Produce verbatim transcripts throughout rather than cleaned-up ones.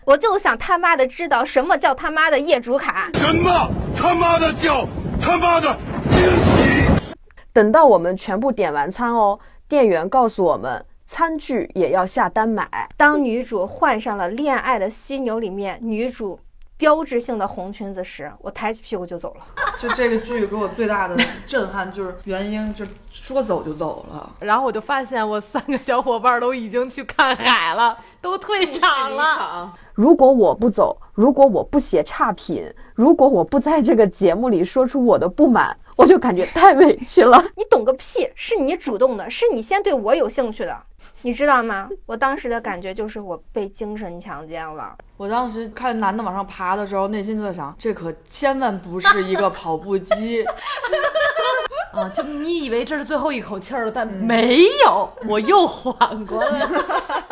我就想他妈的知道什么叫他妈的业主卡， 什么他妈的叫他妈的惊喜。 等到我们全部点完餐哦，店员告诉我们餐具也要下单买。 当女主换上了恋爱的犀牛里面女主标志性的红裙子时，我抬起屁股就走了。 就这个剧给我最大的震撼就是原因就说走就走了， 然后我就发现我三个小伙伴都已经去看海了，都退场了。 如果我不走，如果我不写差评，如果我不在这个节目里说出我的不满，我就感觉太委屈了。 你懂个屁，是你主动的，是你先对我有兴趣的，你知道吗？我当时的感觉就是我被精神强奸了。 我当时看男的往上爬的时候，内心就在想，这可千万不是一个跑步机。 啊，就你以为这是最后一口气了，但没有，我又缓过来了。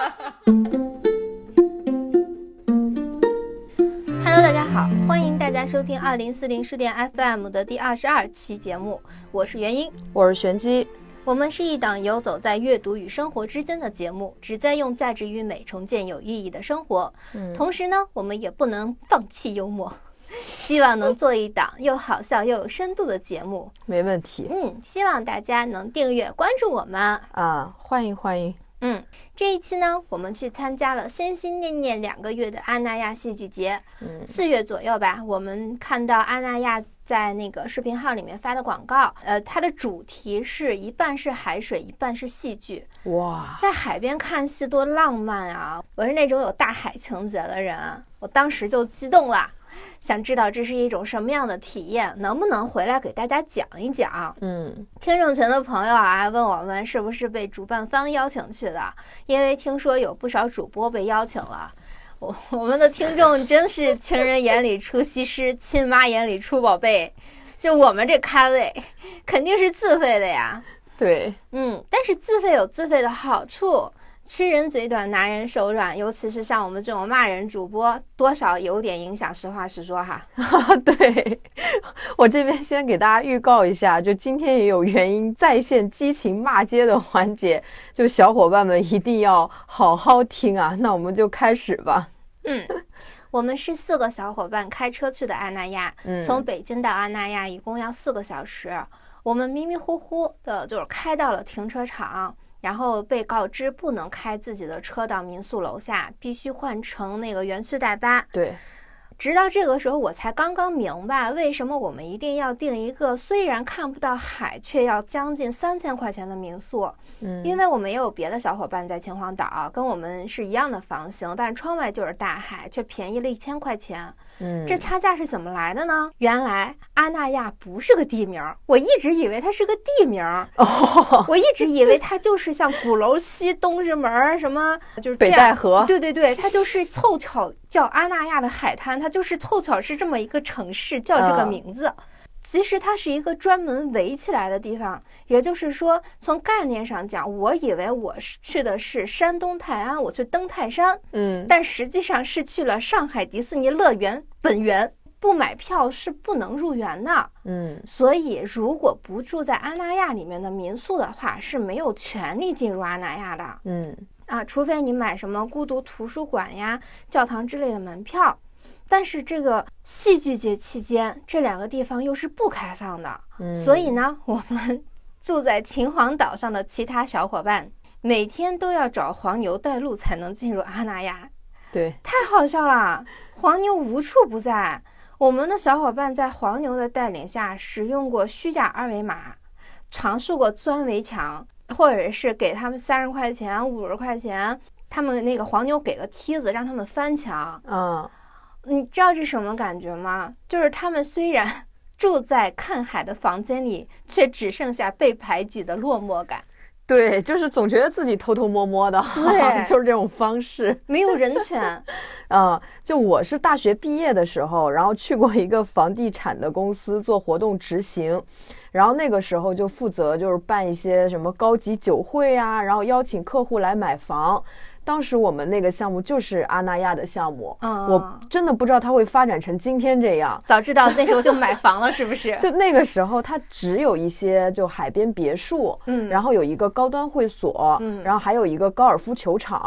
Hello， 大家好，欢迎大家收听二零四零书店 F M 的第二十二期节目，我是元英， 我是玄机。 我们是一档游走在阅读与生活之间的节目，旨在用价值与美重建有意义的生活。嗯、同时呢，我们也不能放弃幽默，希望能做一档又好笑又有深度的节目。 没问题。 嗯，希望大家能订阅关注我们啊，欢迎欢迎。 嗯，这一期呢，我们去参加了心心念念两个月的阿那亚戏剧节。嗯，四月左右吧，我们看到阿那亚在那个视频号里面发的广告，呃，它的主题是一半是海水，一半是戏剧。 哇， 在海边看戏多浪漫啊！我是那种有大海情节的人，我当时就激动了。想知道这是一种什么样的体验，能不能回来给大家讲一讲？嗯，听众群的朋友啊，问我们是不是被主办方邀请去的，因为听说有不少主播被邀请了。我我们的听众真是情人眼里出西施，亲妈眼里出宝贝，就我们这咖位，肯定是自费的呀。 对， 嗯，但是自费有自费的好处。吃人嘴短，拿人手软，尤其是像我们这种骂人主播，多少有点影响。实话实说哈。 对，我这边先给大家预告一下，就今天也有原因在线激情骂街的环节，就小伙伴们一定要好好听啊。那我们就开始吧。 嗯，我们是四个小伙伴开车去的阿那亚，嗯、从北京到阿那亚一共要四个小时。我们迷迷糊糊的就是开到了停车场。然后被告知不能开自己的车到民宿楼下，必须换乘那个园区大巴。 对， 直到这个时候我才刚刚明白为什么我们一定要订一个虽然看不到海却要将近三千块钱的民宿。嗯，因为我们也有别的小伙伴在秦皇岛跟我们是一样的房型，但是窗外就是大海，却便宜了一千块钱。嗯，这差价是怎么来的呢？原来阿那亚不是个地名，我一直以为它是个地名。哦，我一直以为它就是像鼓楼西、东直门什么，就是这样北戴河。 对对对，它就是凑巧叫阿那亚的海滩，它就是凑巧是这么一个城市叫这个名字。嗯，其实它是一个专门围起来的地方，也就是说从概念上讲，我以为我去的是山东泰安，我去登泰山，嗯，但实际上是去了上海迪士尼乐园本园，不买票是不能入园的，嗯，所以如果不住在阿那亚里面的民宿的话，是没有权利进入阿那亚的，嗯，啊，除非你买什么孤独图书馆呀、教堂之类的门票。但是这个戏剧节期间，这两个地方又是不开放的，嗯、所以呢，我们住在秦皇岛上的其他小伙伴，每天都要找黄牛带路才能进入阿那亚。 对， 太好笑了，黄牛无处不在。我们的小伙伴在黄牛的带领下，使用过虚假二维码，尝试过钻围墙，或者是给他们三十块钱、五十块钱，他们那个黄牛给个梯子让他们翻墙。嗯。你知道这什么感觉吗？就是他们虽然住在看海的房间里，却只剩下被排挤的落寞感。 对，就是总觉得自己偷偷摸摸的，对，就是这种方式， 没有人权。 嗯，就我是大学毕业的时候，然后去过一个房地产的公司做活动执行，然后那个时候就负责就是办一些什么高级酒会啊，然后邀请客户来买房。当时我们那个项目就是阿那亚的项目，嗯，我真的不知道它会发展成今天这样。 早知道那时候就买房了，是不是？ 就那个时候，它只有一些就海边别墅，嗯，然后有一个高端会所，嗯，然后还有一个高尔夫球场，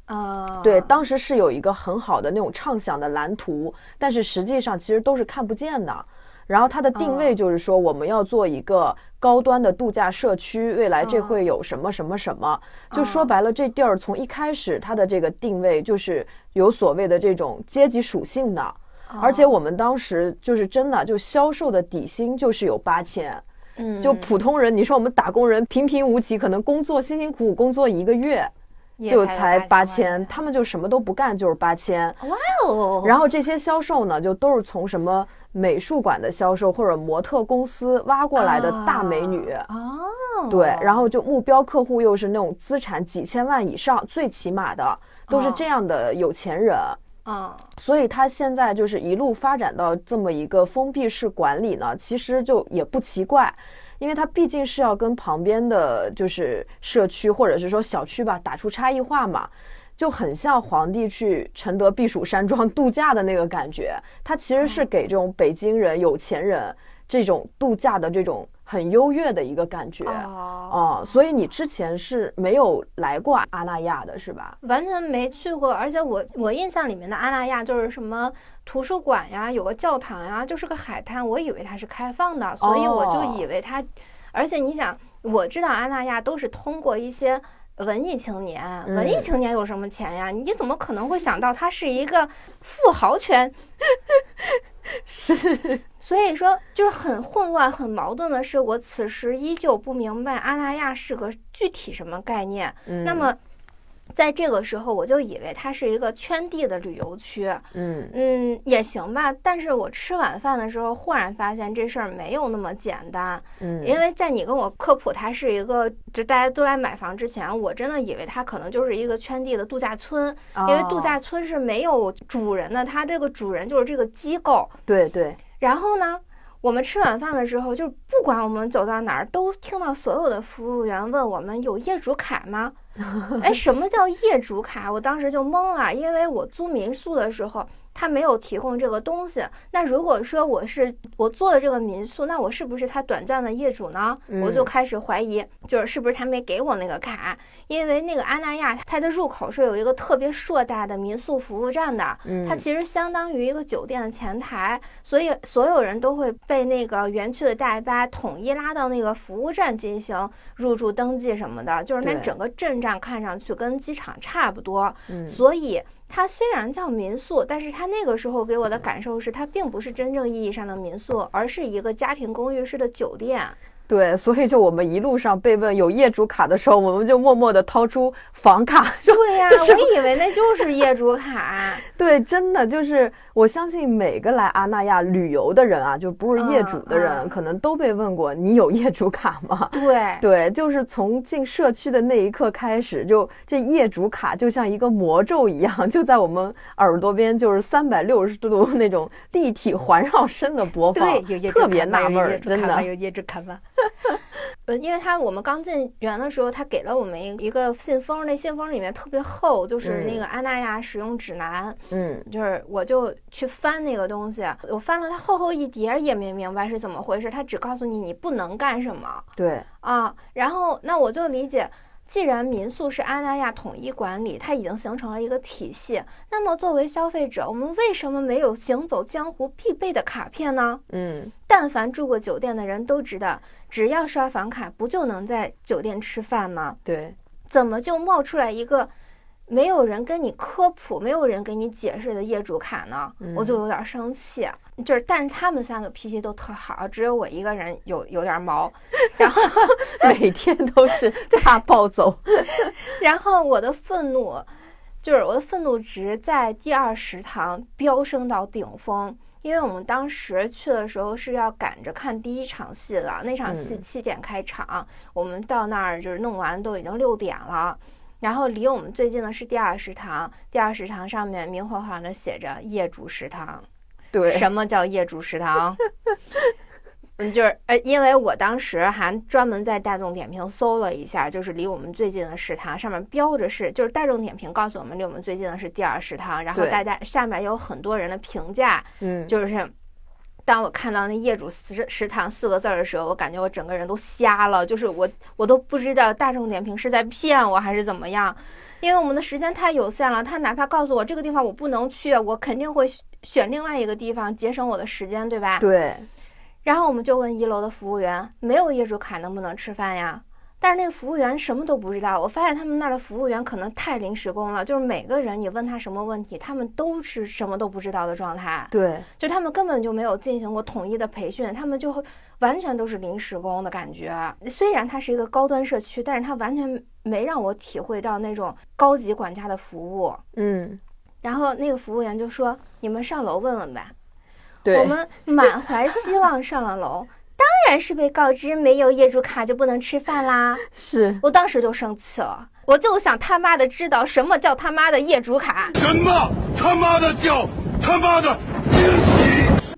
啊， 对，当时是有一个很好的那种畅想的蓝图，但是实际上其实都是看不见的。然后它的定位就是说，我们要做一个高端的度假社区，未来这会有什么什么什么。就说白了，这地儿从一开始它的这个定位就是有所谓的这种阶级属性的，而且我们当时就是真的就销售的底薪就是有八千。 嗯， 就普通人，你说我们打工人平平无奇，可能工作辛辛苦苦工作一个月。就才八千，他们就什么都不干，就是八千。 哇哦！ 然后这些销售呢，就都是从什么美术馆的销售或者模特公司挖过来的大美女。 哦， 对，然后就目标客户又是那种资产几千万以上，最起码的都是这样的有钱人。 啊、嗯， 所以他现在就是一路发展到这么一个封闭式管理呢，其实就也不奇怪。因为它毕竟是要跟旁边的就是社区或者是说小区吧打出差异化嘛，就很像皇帝去承德避暑山庄度假的那个感觉。它其实是给这种北京人有钱人这种度假的这种很优越的一个感觉啊、嗯，所以你之前是没有来过阿那亚的是吧？ 完全没去过，而且我我印象里面的阿那亚就是什么图书馆呀，有个教堂呀，就是个海滩，我以为它是开放的，所以我就以为它，哦、而且你想，我知道阿那亚都是通过一些文艺青年， 嗯、 文艺青年有什么钱呀？你怎么可能会想到它是一个富豪圈？ 是， 所以说就是很混乱、很矛盾的是，我此时依旧不明白阿那亚是个具体什么概念。 嗯、 那么，在这个时候，我就以为它是一个圈地的旅游区。 嗯嗯，也行吧。但是我吃晚饭的时候，忽然发现这事儿没有那么简单。 嗯， 因为在你跟我科普它是一个，就大家都来买房之前，我真的以为它可能就是一个圈地的度假村， 哦、 因为度假村是没有主人的，它这个主人就是这个机构。 对对。 然后呢，我们吃晚饭的时候，就不管我们走到哪儿，都听到所有的服务员问我们有业主卡吗？哎，什么叫业主卡？我当时就懵了，因为我租民宿的时候，他没有提供这个东西。那如果说我是我做的这个民宿，那我是不是他短暂的业主呢？ 嗯、 我就开始怀疑，就是是不是他没给我那个卡？因为那个阿那亚它的入口是有一个特别硕大的民宿服务站的， 嗯、 它其实相当于一个酒店的前台，所以所有人都会被那个园区的大巴统一拉到那个服务站进行入住登记什么的，就是那整个镇站看上去跟机场差不多， 嗯、 所以它虽然叫民宿，但是它那个时候给我的感受是它并不是真正意义上的民宿，而是一个家庭公寓式的酒店。 对，所以就我们一路上被问有业主卡的时候，我们就默默地掏出房卡。 对呀、啊， 就是、 我以为那就是业主卡。 对，真的就是我相信每个来阿那亚旅游的人啊，就不是业主的人， 嗯嗯、 可能都被问过你有业主卡吗？ 对对，就是从进社区的那一刻开始，就这业主卡就像一个魔咒一样，就在我们耳朵边，就是三百六十度那种立体环绕声的播放， 对，有业主卡特别纳闷儿，真的有业主卡吗？呃，因为他我们刚进园的时候，他给了我们一一个信封，那信封里面特别厚，就是那个阿那亚使用指南。 嗯， 就是我就去翻那个东西，我翻了它厚厚一叠，也没明白是怎么回事。他只告诉你你不能干什么。 对啊，然后那我就理解。既然民宿是阿那亚统一管理，它已经形成了一个体系，那么作为消费者，我们为什么没有行走江湖必备的卡片呢？ 嗯， 但凡住过酒店的人都知道，只要刷房卡，不就能在酒店吃饭吗？ 对， 怎么就冒出来一个没有人跟你科普，没有人给你解释的业主卡呢？ 嗯、 我就有点生气。就是，但是他们三个脾气都特好，只有我一个人有有点毛，然后每天都是大暴走。 然后我的愤怒，就是我的愤怒值在第二食堂飙升到顶峰，因为我们当时去的时候是要赶着看第一场戏的，那场戏七点开场，嗯、我们到那儿就是弄完都已经六点了。然后离我们最近的是第二食堂，第二食堂上面明晃晃的写着业主食堂。 对， 什么叫业主食堂？嗯，就是呃，因为我当时还专门在大众点评搜了一下，就是离我们最近的食堂上面标着是，就是大众点评告诉我们离我们最近的是第二食堂，然后大家下面有很多人的评价， 嗯， 就是当我看到那业主食食堂四个字的时候，我感觉我整个人都瞎了，就是我我都不知道大众点评是在骗我还是怎么样。 因为我们的时间太有限了，他哪怕告诉我这个地方我不能去，我肯定会选另外一个地方，节省我的时间，对吧？ 对。 然后我们就问一楼的服务员，没有业主卡能不能吃饭呀？但是那个服务员什么都不知道。我发现他们那儿的服务员可能太临时工了，就是每个人你问他什么问题，他们都是什么都不知道的状态。 对， 就他们根本就没有进行过统一的培训，他们就完全都是临时工的感觉。虽然它是一个高端社区，但是它完全没让我体会到那种高级管家的服务。 嗯， 然后那个服务员就说：“你们上楼问问吧。” 对， 我们满怀希望上了楼。当然是被告知没有业主卡就不能吃饭啦！ 是我当时就生气了，我就想他妈的知道什么叫他妈的业主卡， 什么他妈的叫他妈的惊喜！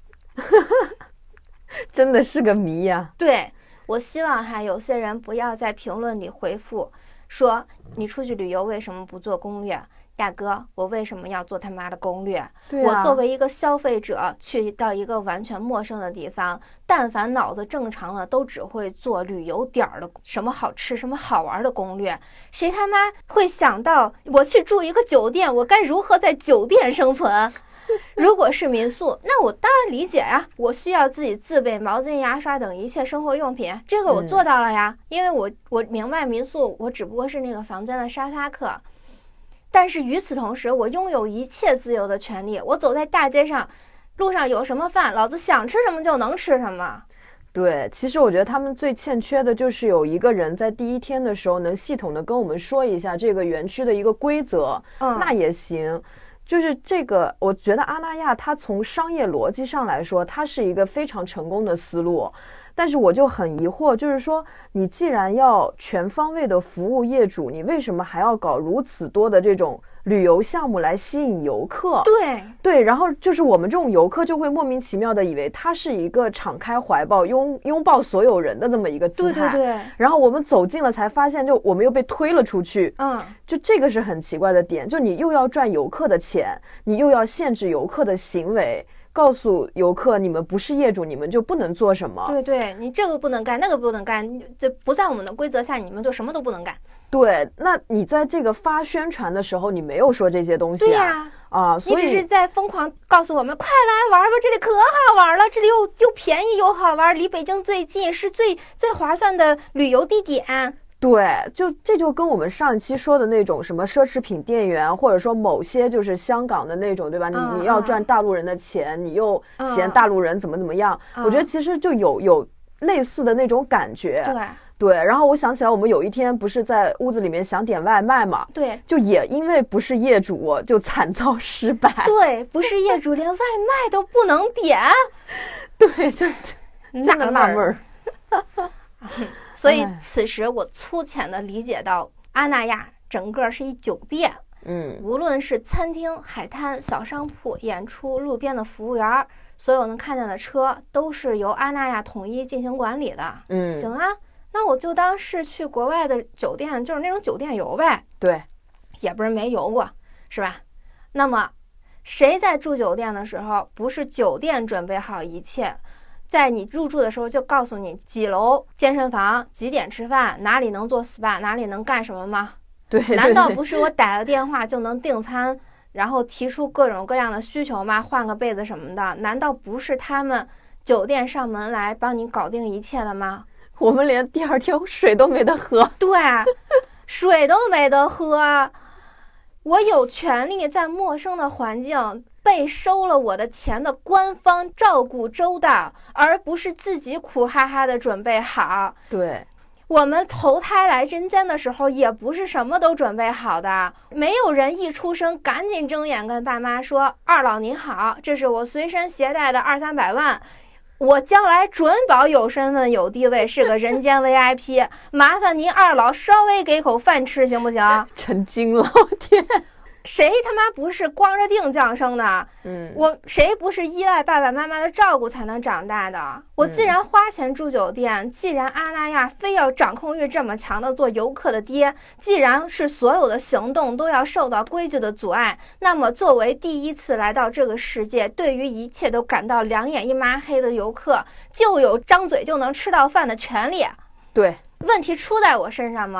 真的是个谜呀、 啊！对，我希望哈有些人不要在评论里回复说你出去旅游为什么不做攻略。大哥，我为什么要做他妈的攻略？ 对啊、 我作为一个消费者去到一个完全陌生的地方，但凡脑子正常了，都只会做旅游点儿的什么好吃、什么好玩的攻略。谁他妈会想到我去住一个酒店，我该如何在酒店生存？如果是民宿，那我当然理解呀，我需要自己自备毛巾、牙刷等一切生活用品，这个我做到了呀，嗯、因为我我明白民宿，我只不过是那个房间的沙发客。但是与此同时，我拥有一切自由的权利。我走在大街上，路上有什么饭，老子想吃什么就能吃什么。 对，其实我觉得他们最欠缺的就是有一个人在第一天的时候能系统的跟我们说一下这个园区的一个规则， 嗯， 那也行。就是这个，我觉得阿那亚它从商业逻辑上来说，它是一个非常成功的思路。但是我就很疑惑，就是说你既然要全方位的服务业主，你为什么还要搞如此多的这种旅游项目来吸引游客？ 对对，然后就是我们这种游客就会莫名其妙的以为它是一个敞开怀抱、拥拥抱所有人的这么一个姿态。 对对对。 然后我们走近了才发现，就我们又被推了出去。 嗯， 就这个是很奇怪的点，就你又要赚游客的钱，你又要限制游客的行为。告诉游客，你们不是业主，你们就不能做什么。 对对，你这个不能干，那个不能干，这不在我们的规则下，你们就什么都不能干。 对，那你在这个发宣传的时候，你没有说这些东西啊？ 对呀、 啊，啊，所以你只是在疯狂告诉我们，快来玩吧，这里可好玩了，这里又又便宜又好玩，离北京最近，是最最划算的旅游地点。 对，就这就跟我们上一期说的那种什么奢侈品店员，或者说某些就是香港的那种，对吧？你嗯你要赚大陆人的钱，你又嫌大陆人怎么怎么样， 嗯、 我觉得其实就有有类似的那种感觉。 对对，然后我想起来，我们有一天不是在屋子里面想点外卖嘛？ 对， 就也因为不是业主，就惨遭失败。 对，不是业主，连外卖都不能点。 对，真真的纳闷儿。 所以此时我粗浅的理解到，阿那亚整个是一酒店， 嗯， 无论是餐厅、海滩、小商铺、演出、路边的服务员，所有能看见的车都是由阿那亚统一进行管理的。 嗯， 行啊，那我就当是去国外的酒店，就是那种酒店游呗。 对， 也不是没游过，是吧？那么谁在住酒店的时候，不是酒店准备好一切？在你入住的时候就告诉你几楼健身房，几点吃饭，哪里能做 S P A， 哪里能干什么吗？ 对，对难道不是我打个电话就能订餐，然后提出各种各样的需求吗？换个被子什么的，难道不是他们酒店上门来帮你搞定一切的吗？ 我们连第二天水都没得喝。 对，水都没得喝。我有权利在陌生的环境被收了我的钱的官方照顾周到，而不是自己苦哈哈的准备好。 对， 我们投胎来人间的时候也不是什么都准备好的，没有人一出生赶紧睁眼跟爸妈说，二老您好，这是我随身携带的二三百万，我将来准保有身份有地位，是个人间 V I P， 麻烦您二老稍微给口饭吃行不行？ 成精了，我天！ 谁他妈不是光着腚降生的？ 嗯， 我谁不是依赖爸爸妈妈的照顾才能长大的？我既然花钱住酒店，嗯、既然阿那亚非要掌控欲这么强的做游客的爹，既然是所有的行动都要受到规矩的阻碍，那么作为第一次来到这个世界，对于一切都感到两眼一抹黑的游客，就有张嘴就能吃到饭的权利。 对， 问题出在我身上吗？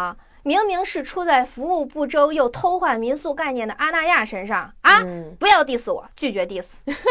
明明是出在服务不周又偷换民宿概念的阿那亚身上啊！ 嗯、 不要 diss 我，拒绝 diss。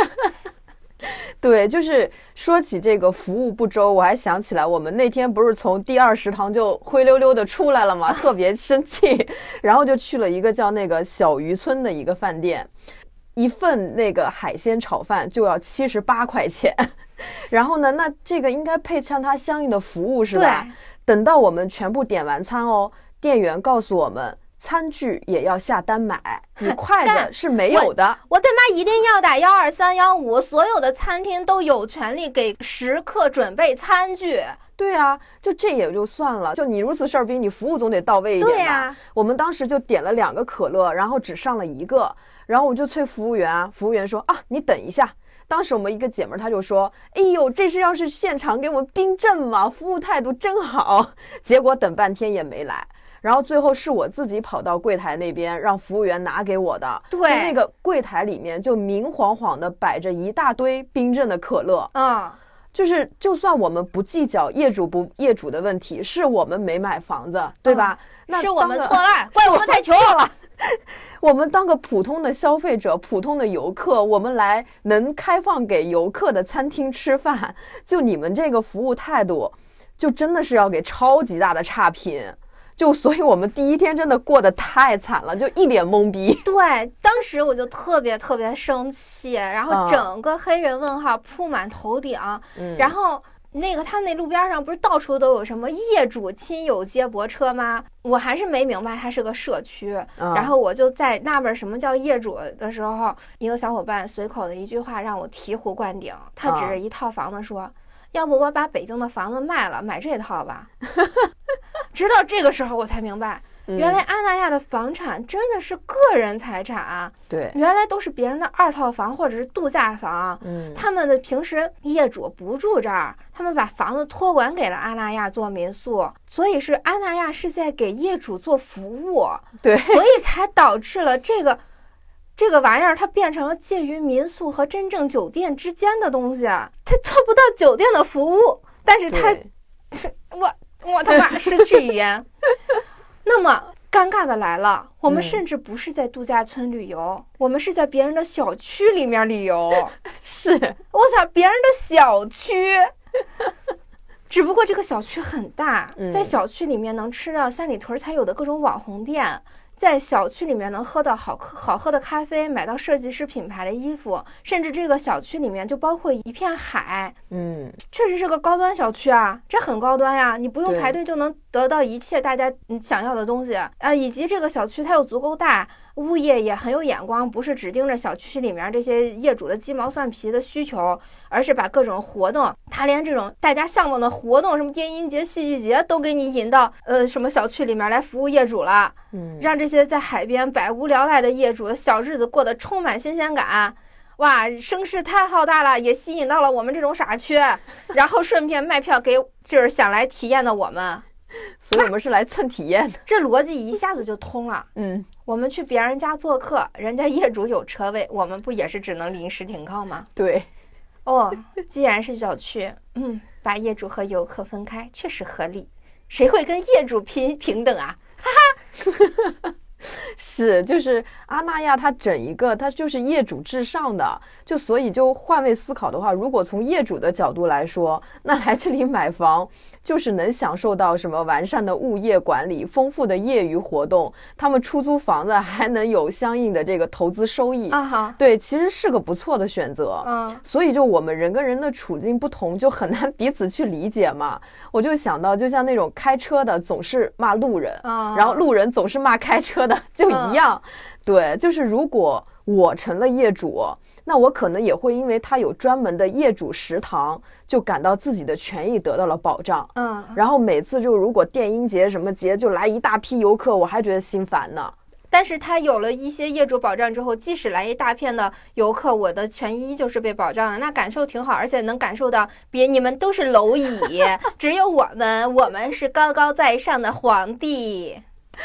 对，就是说起这个服务不周，我还想起来，我们那天不是从第二食堂就灰溜溜的出来了吗？特别生气，然后就去了一个叫那个小渔村的一个饭店，一份那个海鲜炒饭就要七十八块钱，然后呢，那这个应该配上它相应的服务是吧？等到我们全部点完餐哦，店员告诉我们。餐具也要下单买，你筷子是没有的。 我, 我他妈一定要打幺二三幺五，所有的餐厅都有权利给食客准备餐具。 对啊，就这也就算了，就你如此事儿逼，你服务总得到位一点吧。 对啊， 我们当时就点了两个可乐，然后只上了一个，然后我就催服务员啊，服务员说啊，你等一下。当时我们一个姐们儿她就说，哎呦，这是要是现场给我们冰镇吗？服务态度真好。结果等半天也没来。然后最后是我自己跑到柜台那边，让服务员拿给我的。 对， 那个柜台里面就明晃晃的摆着一大堆冰镇的可乐。 嗯， 就是就算我们不计较业主不业主的问题，是我们没买房子，对吧？ 嗯、 那是我们错了，怪我们太穷了。 我们当个普通的消费者，普通的游客，我们来能开放给游客的餐厅吃饭，就你们这个服务态度，就真的是要给超级大的差评。就所以我们第一天真的过得太惨了，就一脸懵逼。 对，当时我就特别特别生气，然后整个黑人问号铺满头顶。嗯、然后那个他们那路边上不是到处都有什么业主亲友接驳车吗？我还是没明白它是个社区。嗯、然后我就在纳闷什么叫业主的时候，一个小伙伴随口的一句话让我醍醐灌顶。他指着一套房子说：“嗯、要不我把北京的房子卖了，买这套吧。”直到这个时候我才明白，原来阿那亚的房产真的是个人财产啊。 对， 原来都是别人的二套房或者是度假房。嗯，他们的平时业主不住这儿，他们把房子托管给了阿那亚做民宿，所以是阿那亚是在给业主做服务。 对， 所以才导致了这个这个玩意儿它变成了介于民宿和真正酒店之间的东西，它做不到酒店的服务，但是它我我他妈失去语言。那么尴尬的来了，我们甚至不是在度假村旅游，嗯、我们是在别人的小区里面旅游。 是， 我操，别人的小区。只不过这个小区很大，在小区里面能吃到三里屯才有的各种网红店。在小区里面能喝到好好喝的咖啡，买到设计师品牌的衣服，甚至这个小区里面就包括一片海。嗯，确实是个高端小区啊，这很高端呀，你不用排队就能得到一切大家想要的东西啊、呃！以及这个小区它又足够大，物业也很有眼光，不是只盯着小区里面这些业主的鸡毛蒜皮的需求，而是把各种活动，他连这种大家向往的活动，什么电音节、戏剧节都给你引到呃什么小区里面来服务业主了。嗯，让这些在海边百无聊赖的业主的小日子过得充满新鲜感。哇，声势太浩大了，也吸引到了我们这种傻缺，然后顺便卖票给就是想来体验的我们。 所以我们是来蹭体验的， 这逻辑一下子就通了。 嗯， 我们去别人家做客，人家业主有车位，我们不也是只能临时停靠吗？ 对。 哦，既然是小区，嗯，把业主和游客分开确实合理。谁会跟业主拼平等啊？哈哈。 是，就是阿那亚它整一个它就是业主至上的，就所以就换位思考的话，如果从业主的角度来说，那来这里买房就是能享受到什么完善的物业管理、丰富的业余活动，他们出租房子还能有相应的这个投资收益啊，对，其实是个不错的选择。嗯，所以就我们人跟人的处境不同，就很难彼此去理解嘛。我就想到，就像那种开车的总是骂路人，嗯、然后路人总是骂开车的。就一样，嗯、对，就是如果我成了业主，那我可能也会因为他有专门的业主食堂，就感到自己的权益得到了保障。嗯，然后每次就如果电音节什么节就来一大批游客，我还觉得心烦呢。 但是他有了一些业主保障之后，即使来一大片的游客，我的权益依旧是被保障的，那感受挺好，而且能感受到别你们都是蝼蚁，只有我们，我们是高高在上的皇帝。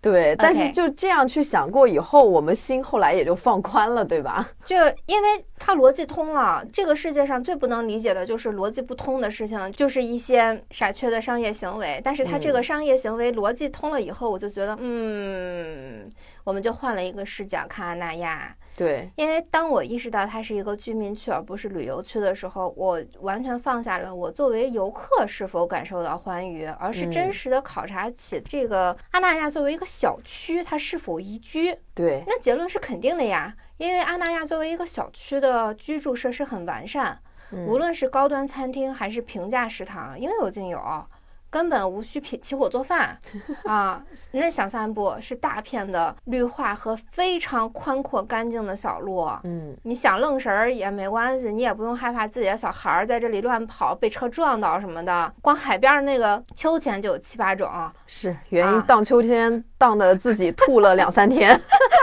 对，但是 OK 就这样去想过以后，我们心后来也就放宽了，对吧？ 就因为它逻辑通了，这个世界上最不能理解的就是逻辑不通的事情，就是一些傻缺的商业行为。但是它这个商业行为逻辑通了以后，我就觉得，嗯，我们就换了一个视角看阿那亚。 对， 因为当我意识到它是一个居民区而不是旅游区的时候，我完全放下了我作为游客是否感受到欢愉，而是真实的考察起这个阿那亚作为一个小区，它是否宜居。 对， 那结论是肯定的呀，因为阿那亚作为一个小区的居住设施很完善，无论是高端餐厅还是平价食堂，应有尽有。根本无需起火做饭啊！那小散步是大片的绿化和非常宽阔干净的小路， 嗯， 你想愣神儿也没关系，你也不用害怕自己的小孩在这里乱跑被车撞到什么的。光海边那个秋千就有七八种， 是原因荡秋千荡的自己吐了两三天，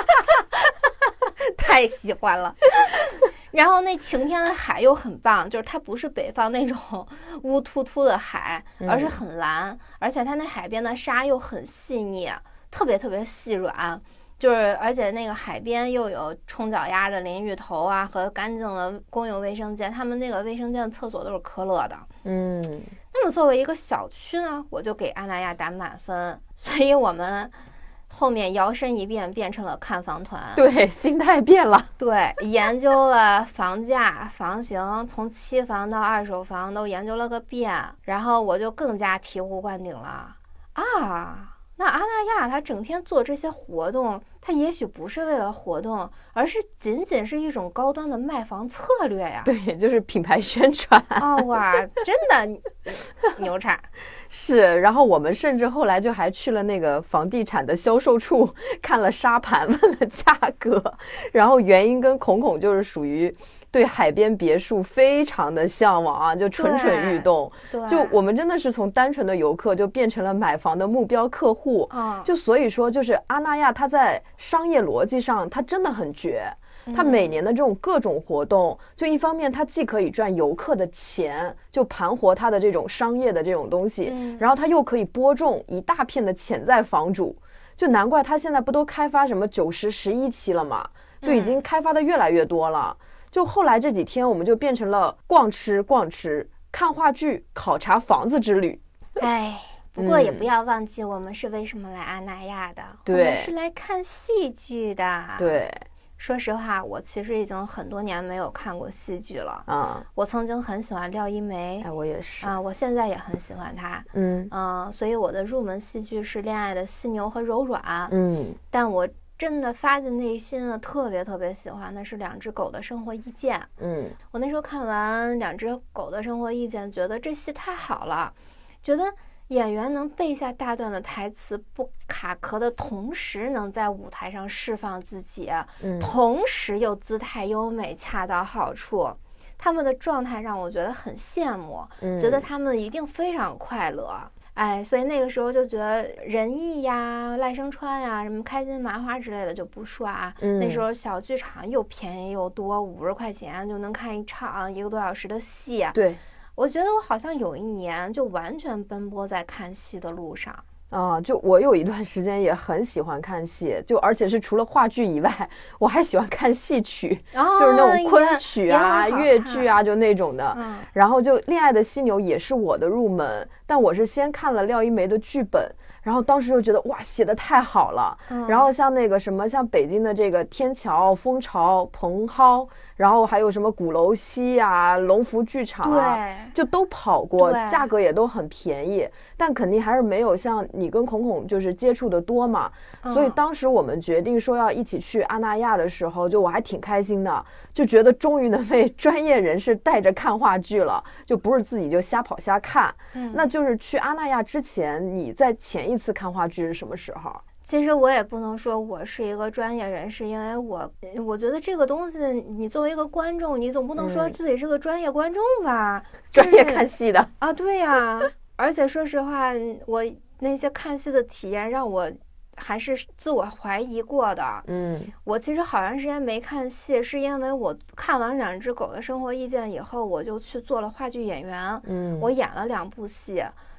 太喜欢了。然后那晴天的海又很棒，就是它不是北方那种乌突突的海，而是很蓝，嗯、而且它那海边的沙又很细腻，特别特别细软，就是而且那个海边又有冲脚丫的淋浴头啊和干净的公用卫生间，他们那个卫生间的厕所都是科勒的。 嗯， 那么作为一个小区呢，我就给阿那亚打满分，所以我们后面摇身一变变成了看房团， 对，心态变了， 对，研究了房价、房型，从期房到二手房都研究了个遍，然后我就更加醍醐灌顶了啊！那阿那亚他整天做这些活动，他也许不是为了活动，而是仅仅是一种高端的卖房策略呀。 对，就是品牌宣传。 哦哇，真的牛叉。 是，然后我们甚至后来就还去了那个房地产的销售处，看了沙盘，问了价格。然后原因跟孔孔就是属于对海边别墅非常的向往啊，就蠢蠢欲动。就我们真的是从单纯的游客就变成了买房的目标客户。 嗯、 就所以说，就是阿那亚它在商业逻辑上，它真的很绝。它每年的这种各种活动，就一方面它既可以赚游客的钱，就盘活它的这种商业的这种东西，然后它又可以播种一大片的潜在房主，就难怪它现在不都开发什么九十、十一期了嘛，就已经开发的越来越多了。就后来这几天我们就变成了逛吃逛吃、看话剧、考察房子之旅。 哎。不过也不要忘记我们是为什么来阿那亚的， 对， 我们是来看戏剧的。 对， 说实话，我其实已经很多年没有看过戏剧了。 啊、 嗯，我曾经很喜欢廖一梅， 哎，我也是啊、嗯，我现在也很喜欢她。 嗯嗯，所以我的入门戏剧是《恋爱的犀牛和柔软》。 嗯， 但我真的发自内心的特别特别喜欢的是《两只狗的生活意见》。 嗯， 我那时候看完《两只狗的生活意见》，觉得这戏太好了，觉得演员能背下大段的台词不卡壳的同时，能在舞台上释放自己， 嗯、 同时又姿态优美恰到好处，他们的状态让我觉得很羡慕、嗯、觉得他们一定非常快乐。哎，所以那个时候就觉得仁义呀、赖声川呀、什么开心麻花之类的就不说啊、嗯、那时候小剧场又便宜又多，五十块钱就能看一场一个多小时的戏。 对， 我觉得我好像有一年就完全奔波在看戏的路上啊，就我有一段时间也很喜欢看戏，就而且是除了话剧以外，我还喜欢看戏曲， 哦、 就是那种昆曲啊、越剧啊，就那种的。 嗯、 然后就《恋爱的犀牛》也是我的入门，但我是先看了廖一梅的剧本。然后当时就觉得哇，写的太好了、嗯、然后像那个什么像北京的这个天桥、蜂巢、蓬蒿，然后还有什么鼓楼西啊、龙福剧场啊，就都跑过，价格也都很便宜，但肯定还是没有像你跟孔孔就是接触的多嘛、嗯、所以当时我们决定说要一起去阿那亚的时候，就我还挺开心的，就觉得终于能被专业人士带着看话剧了，就不是自己就瞎跑瞎看、嗯、那就是去阿那亚之前，你在前一一次看话剧是什么时候？ 其实我也不能说我是一个专业人士，因为我我觉得这个东西，你作为一个观众，你总不能说自己是个专业观众吧？ 嗯、专业看戏的啊，对呀、啊。而且说实话，我那些看戏的体验让我还是自我怀疑过的。 嗯， 我其实好长时间没看戏，是因为我看完《两只狗的生活意见》以后，我就去做了话剧演员。 嗯， 我演了两部戏。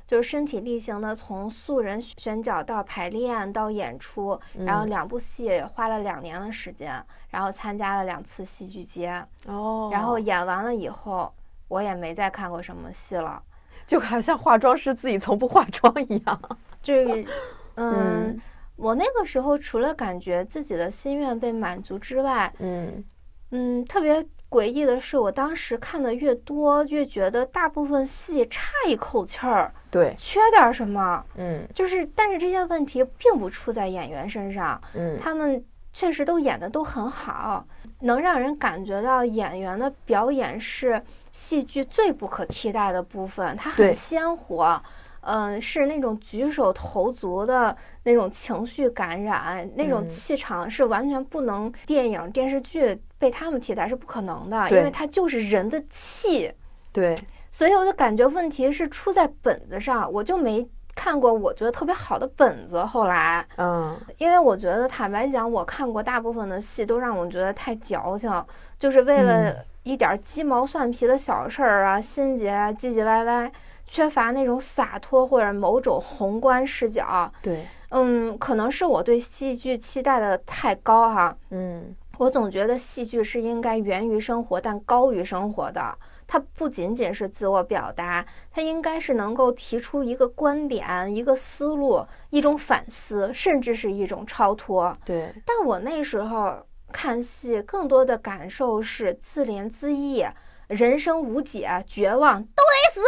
就是身体力行的从素人选角到排练到演出，然后两部戏花了两年的时间，然后参加了两次戏剧节。 哦， 然后演完了以后，我也没再看过什么戏了， 就好像化妆师自己从不化妆一样。 就是，嗯。 嗯我那个时候除了感觉自己的心愿被满足之外， 嗯嗯，特别诡异的是，我当时看的越多，越觉得大部分戏差一口气儿， 对， 缺点什么， 嗯就是，但是这些问题并不出在演员身上， 嗯， 他们确实都演得都很好，能让人感觉到演员的表演是戏剧最不可替代的部分，它很鲜活。嗯、呃，是那种举手投足的那种情绪感染，那种气场是完全不能电影电视剧被他们替代，是不可能的，因为它就是人的气。 对， 所以我就感觉问题是出在本子上，我就没看过我觉得特别好的本子。后来， 嗯， 因为我觉得坦白讲，我看过大部分的戏都让我觉得太矫情，就是为了一点鸡毛蒜皮的小事儿啊、心结啊、唧唧歪歪。缺乏那种洒脱或者某种宏观视角。 对， 嗯，可能是我对戏剧期待的太高哈。 嗯， 我总觉得戏剧是应该源于生活但高于生活的，它不仅仅是自我表达，它应该是能够提出一个观点、一个思路、一种反思，甚至是一种超脱。 对， 但我那时候看戏更多的感受是自怜自艾，人生无解，绝望，都得死。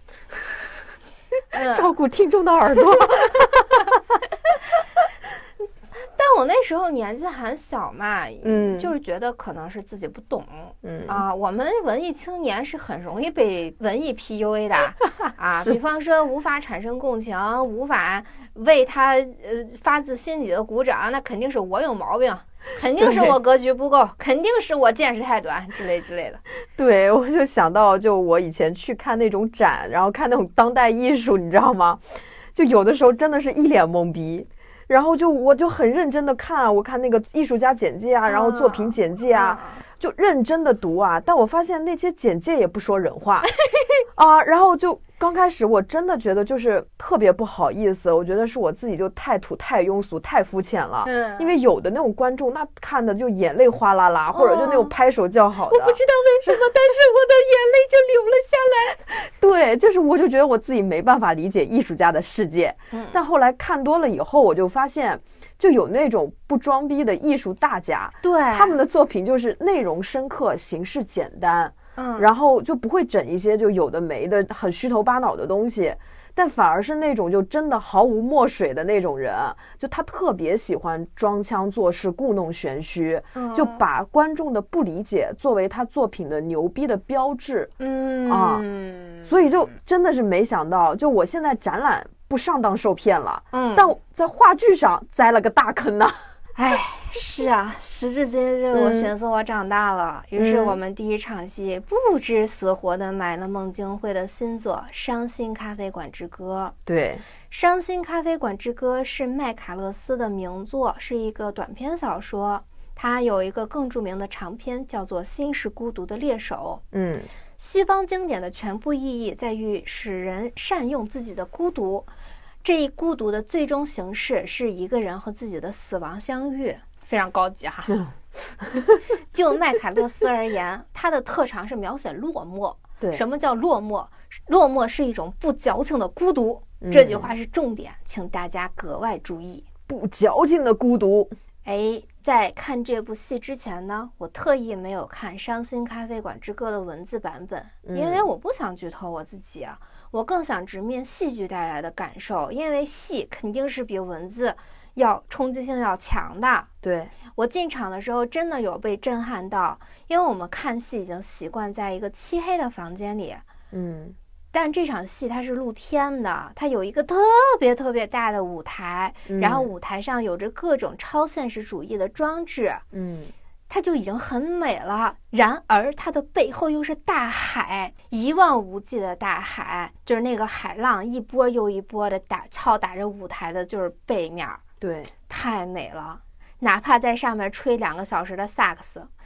照顾听众的耳朵。 但我那时候年纪还小嘛， 嗯， 就是觉得可能是自己不懂， 嗯啊，我们文艺青年是很容易被文艺 P U A 的啊，比方说无法产生共情，无法为他呃发自心底的鼓掌，那肯定是我有毛病。肯定是我格局不够，肯定是我见识太短之类之类的。 对，我就想到，就我以前去看那种展，然后看那种当代艺术，你知道吗？就有的时候真的是一脸懵逼，然后就我就很认真的看，我看那个艺术家简介啊，然后作品简介啊，就认真的读啊。但我发现那些简介也不说人话啊，然后就刚开始我真的觉得就是特别不好意思，我觉得是我自己就太土太庸俗太肤浅了。嗯，因为有的那种观众那看的就眼泪哗啦啦，或者就那种拍手叫好的。 我不知道为什么，但是我的眼泪就流了下来。 对，就是我就觉得我自己没办法理解艺术家的世界。嗯，但后来看多了以后，我就发现就有那种不装逼的艺术大家， 对， 他们的作品就是内容深刻，形式简单。嗯，然后就不会整一些就有的没的很虚头巴脑的东西，但反而是那种就真的毫无墨水的那种人，就他特别喜欢装腔作势故弄玄虚，嗯，就把观众的不理解作为他作品的牛逼的标志。嗯啊，所以就真的是没想到，就我现在展览不上当受骗了，嗯，但在话剧上栽了个大坑呢。 哎，是啊，时至今日，我寻思我长大了。嗯，于是我们第一场戏不知死活的买了孟京辉的新作《伤心咖啡馆之歌》。 对， 《伤心咖啡馆之歌》是麦卡勒斯的名作，是一个短篇小说。它有一个更著名的长篇，叫做《心是孤独的猎手》。嗯，西方经典的全部意义在于使人善用自己的孤独。这一孤独的最终形式是一个人和自己的死亡相遇，非常高级哈。就麦卡勒斯而言，他的特长是描写落寞。对，什么叫落寞？落寞是一种不矫情的孤独。嗯，这句话是重点，请大家格外注意。 不矫情的孤独。 哎，在看这部戏之前呢，我特意没有看《伤心咖啡馆之歌》的文字版本，因为我不想剧透我自己啊。我更想直面戏剧带来的感受，因为戏肯定是比文字要冲击性要强的。 对， 我进场的时候真的有被震撼到，因为我们看戏已经习惯在一个漆黑的房间里，嗯，但这场戏它是露天的，它有一个特别特别大的舞台，嗯，然后舞台上有着各种超现实主义的装置，嗯。它就已经很美了，然而它的背后又是大海，一望无际的大海，就是那个海浪一波又一波的打敲打着舞台的，就是背面。 对， 太美了。哪怕在上面吹两个小时的萨克斯，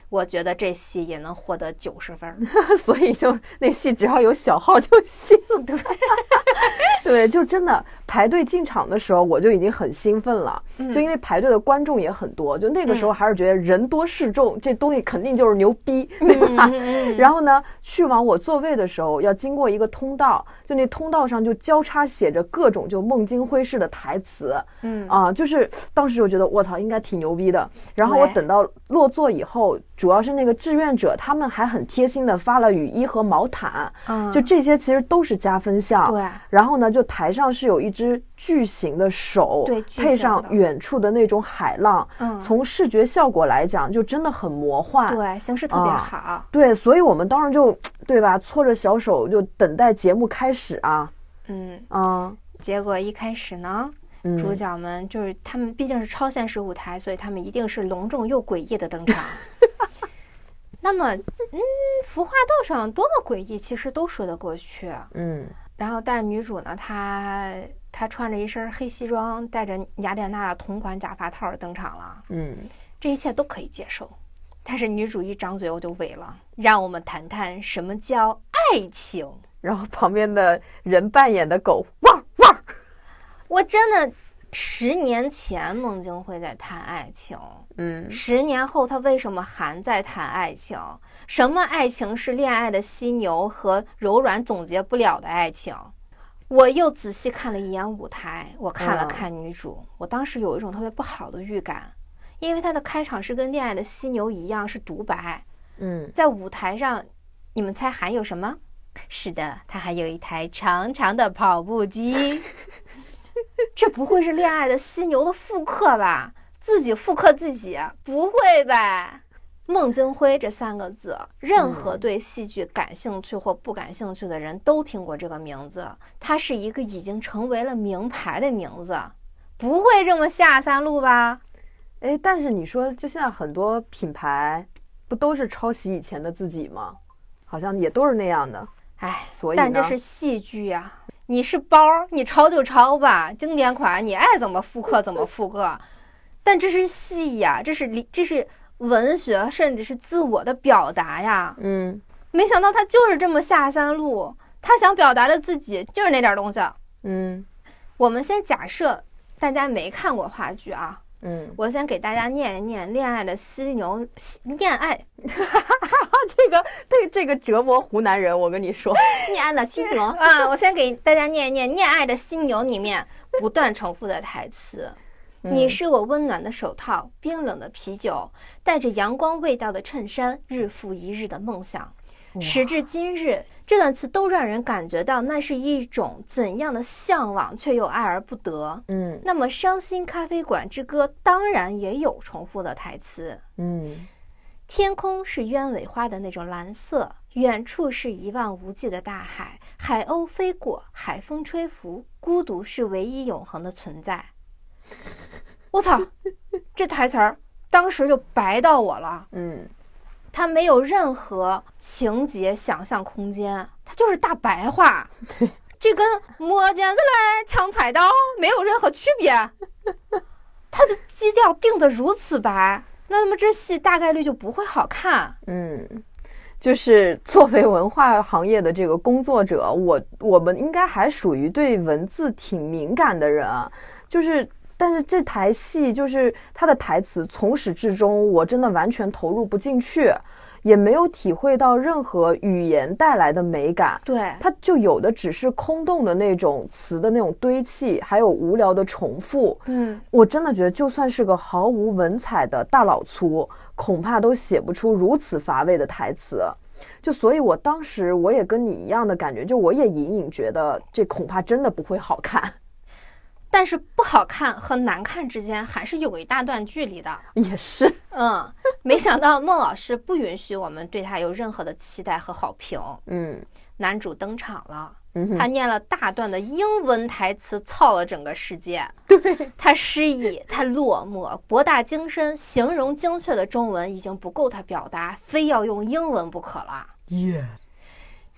我觉得这戏也能获得九十分。 所以就那戏只要有小号就行。对，对，就真的排队进场的时候，我就已经很兴奋了， 嗯、 就因为排队的观众也很多，就那个时候还是觉得人多势众，嗯、这东西肯定就是牛逼，对吧？嗯嗯嗯、然后呢，去往我座位的时候，要经过一个通道，就那通道上就交叉写着各种就孟京辉式的台词，嗯啊，就是当时就觉得我操，应该挺牛逼的。然后我等到落座以后，主要是那个志愿者他们还很贴心的发了雨衣和毛毯，嗯，就这些其实都是加分项。 对， 然后呢，就台上是有一只巨型的手， 对， 配上远处的那种海浪，嗯，从视觉效果来讲，就真的很魔幻， 对，形式特别好， 啊。对，所以我们当时就对吧，搓着小手就等待节目开始啊， 嗯啊， 结果一开始呢。 嗯、 主角们就是他们，毕竟是超现实舞台，所以他们一定是隆重又诡异的登场。那么，嗯，服化道上多么诡异，其实都说得过去。 嗯， 然后，但是女主呢，她她穿着一身黑西装，戴着雅典娜同款假发套登场了。 嗯， 这一切都可以接受。但是女主一张嘴我就萎了，让我们谈谈什么叫爱情。 然后旁边的人扮演的狗汪汪。 我真的十年前孟京辉在谈爱情， 嗯， 十年后他为什么还在谈爱情？什么爱情是恋爱的犀牛和柔软总结不了的爱情？我又仔细看了一眼舞台，我看了看女主，嗯、我当时有一种特别不好的预感，因为她的开场是跟恋爱的犀牛一样是独白， 嗯， 在舞台上，你们猜还有什么？是的，她还有一台长长的跑步机。这不会是恋爱的犀牛的复刻吧？自己复刻自己？不会吧？孟京辉这三个字，任何对戏剧感兴趣或不感兴趣的人都听过这个名字。它是一个已经成为了名牌的名字，不会这么下三路吧？ 哎，但是你说，就现在很多品牌不都是抄袭以前的自己吗？好像也都是那样的。 哎， 所以但这是戏剧啊。你是包，你抄就抄吧，经典款你爱怎么复刻怎么复刻，但这是戏呀，这是这是文学，甚至是自我的表达呀。 嗯， 没想到他就是这么下三路，他想表达的自己就是那点东西。 嗯， 我们先假设大家没看过话剧啊。 嗯， 我先给大家念一念《恋爱的犀牛》，恋爱， 这个对这个折磨湖南人，我跟你说，恋爱的犀牛啊，我先给大家念一念《恋爱的犀牛》里面不断重复的台词。 嗯、 你是我温暖的手套，冰冷的啤酒，带着阳光味道的衬衫，日复一日的梦想。时至今日，这段词都让人感觉到那是一种怎样的向往，却又爱而不得。 嗯， 那么《伤心咖啡馆之歌》当然也有重复的台词。 嗯， 天空是鸢尾花的那种蓝色，远处是一望无际的大海，海鸥飞过，海风吹拂，孤独是唯一永恒的存在。我操，这台词儿当时就白到我了。 嗯。 它没有任何情节想象空间，它就是大白话。 对， 这跟摸剪子来抢菜刀没有任何区别。它的基调定得如此白，那么这戏大概率就不会好看。 嗯，就是作为文化行业的这个工作者，我我们应该还属于对文字挺敏感的人啊，就是。但是这台戏就是它的台词从始至终我真的完全投入不进去，也没有体会到任何语言带来的美感。 对， 它就有的只是空洞的那种词的那种堆砌，还有无聊的重复。 嗯， 我真的觉得就算是个毫无文采的大老粗，恐怕都写不出如此乏味的台词。就所以我当时我也跟你一样的感觉，就我也隐隐觉得这恐怕真的不会好看。 但是不好看和难看之间还是有一大段距离的。 也是， 嗯，没想到孟老师不允许我们对他有任何的期待和好评。 嗯， 男主登场了， 嗯、 他念了大段的英文台词，操了整个世界。 对， 他失意，他落寞，博大精深，形容精确的中文已经不够他表达，非要用英文不可了。 耶、yeah.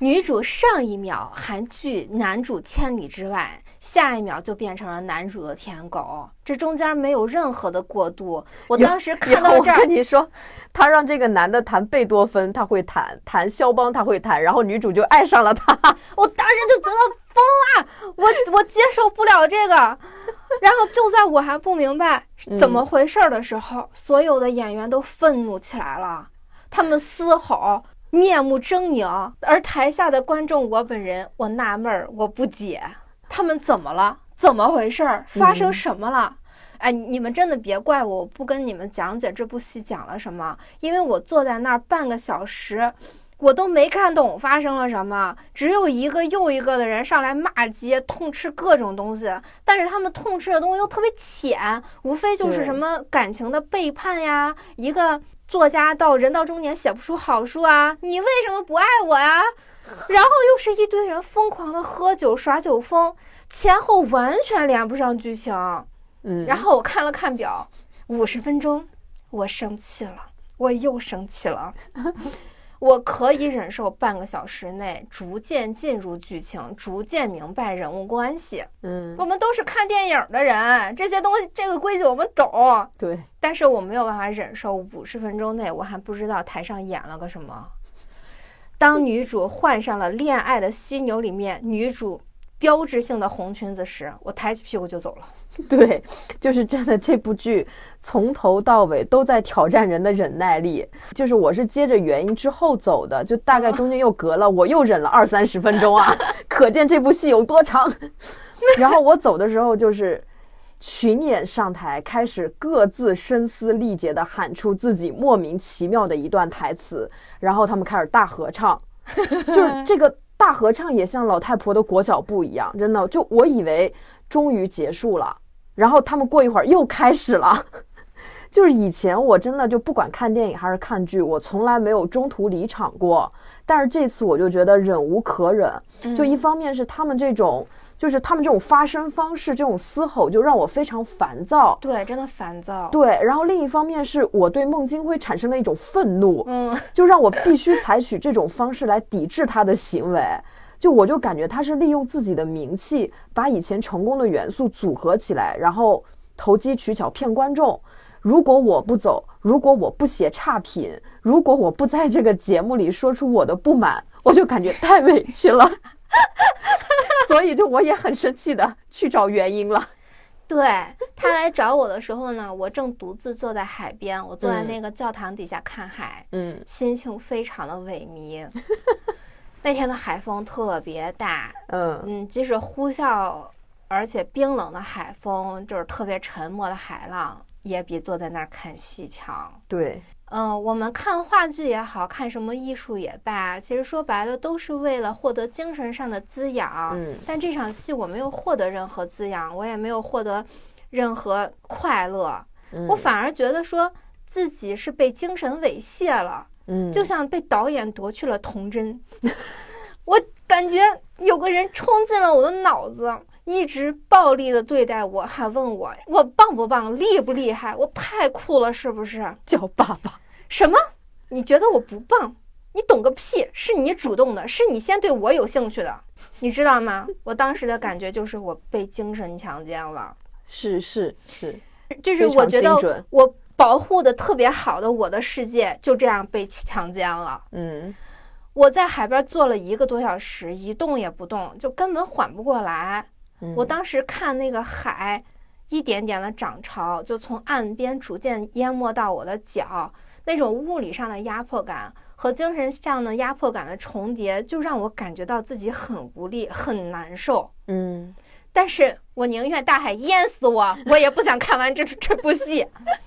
女主上一秒还拒男主千里之外，下一秒就变成了男主的舔狗，这中间没有任何的过渡。我当时看到这儿， 我跟你说，他让这个男的弹贝多芬，他会弹；弹肖邦，他会弹，然后女主就爱上了他。 我当时就觉得疯了，我我接受不了这个。然后就在我还不明白怎么回事的时候，嗯、所有的演员都愤怒起来了，他们嘶吼，面目狰狞，而台下的观众，我本人，我纳闷儿，我不解，他们怎么了？怎么回事？发生什么了？嗯、哎，你们真的别怪我，我不跟你们讲解这部戏讲了什么，因为我坐在那儿半个小时，我都没看懂发生了什么，只有一个又一个的人上来骂街，痛斥各种东西，但是他们痛斥的东西又特别浅，无非就是什么感情的背叛呀，一个作家到人到中年写不出好书啊，你为什么不爱我呀？然后又是一堆人疯狂的喝酒耍酒疯，前后完全连不上剧情。嗯，然后我看了看表，五十分钟，我生气了，我又生气了。我可以忍受半个小时内逐渐进入剧情，逐渐明白人物关系。嗯，我们都是看电影的人，这些东西这个规矩我们懂。 对， 但是我没有办法忍受五十分钟内我还不知道台上演了个什么。当女主换上了恋爱的犀牛里面女主标志性的红裙子时，我抬起屁股就走了。 对，就是真的，这部剧从头到尾都在挑战人的忍耐力。就是我是接着原因之后走的，就大概中间又隔了，我又忍了二三十分钟啊，可见这部戏有多长。然后我走的时候，就是群演上台，开始各自声嘶力竭地喊出自己莫名其妙的一段台词，然后他们开始大合唱，就是这个大合唱也像老太婆的裹脚布一样，真的，就我以为终于结束了。然后他们过一会儿又开始了，就是以前我真的就不管看电影还是看剧，我从来没有中途离场过，但是这次我就觉得忍无可忍。就一方面是他们这种，就是他们这种发声方式，这种嘶吼就让我非常烦躁。 对，真的烦躁。 对，然后另一方面是我对孟京辉产生了一种愤怒，嗯，就让我必须采取这种方式来抵制他的行为。就我就感觉他是利用自己的名气，把以前成功的元素组合起来，然后投机取巧骗观众。如果我不走，如果我不写差评，如果我不在这个节目里说出我的不满，我就感觉太委屈了。所以就我也很生气的去找原因了。 对，他来找我的时候呢，我正独自坐在海边，我坐在那个教堂底下看海，嗯，心情非常的萎靡。那天的海风特别大，嗯嗯，即使呼啸而且冰冷的海风，就是特别沉默的海浪，也比坐在那儿看戏强。 对， 嗯、呃，我们看话剧也好，看什么艺术也罢，其实说白了都是为了获得精神上的滋养。嗯，但这场戏我没有获得任何滋养，我也没有获得任何快乐，嗯、我反而觉得说自己是被精神猥亵了。嗯，就像被导演夺去了童真。我感觉有个人冲进了我的脑子，一直暴力的对待我，还问我我棒不棒，厉不厉害，我太酷了是不是？ 叫爸爸？ 什么？你觉得我不棒？你懂个屁，是你主动的，是你先对我有兴趣的，你知道吗？我当时的感觉就是我被精神强奸了。 是是是， 就是我觉得我保护的特别好的我的世界就这样被强奸了。嗯，我在海边坐了一个多小时，一动也不动，就根本缓不过来。嗯、我当时看那个海一点点的涨潮，就从岸边逐渐淹没到我的脚，那种物理上的压迫感和精神上的压迫感的重叠，就让我感觉到自己很无力，很难受。嗯，但是我宁愿大海淹死我，我也不想看完这这部戏。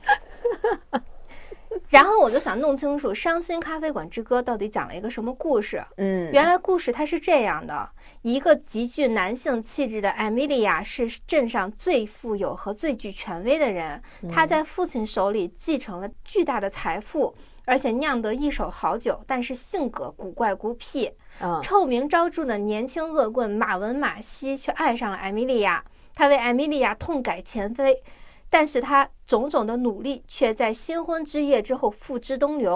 然后我就想弄清楚《伤心咖啡馆之歌》到底讲了一个什么故事。嗯，原来故事它是这样的：一个极具男性气质的艾米莉亚是镇上最富有和最具权威的人，她在父亲手里继承了巨大的财富，而且酿得一手好酒，但是性格古怪孤僻。嗯、臭名昭著的年轻恶棍马文马西却爱上了艾米莉亚，他为艾米莉亚痛改前非。但是他种种的努力却在新婚之夜之后付之东流，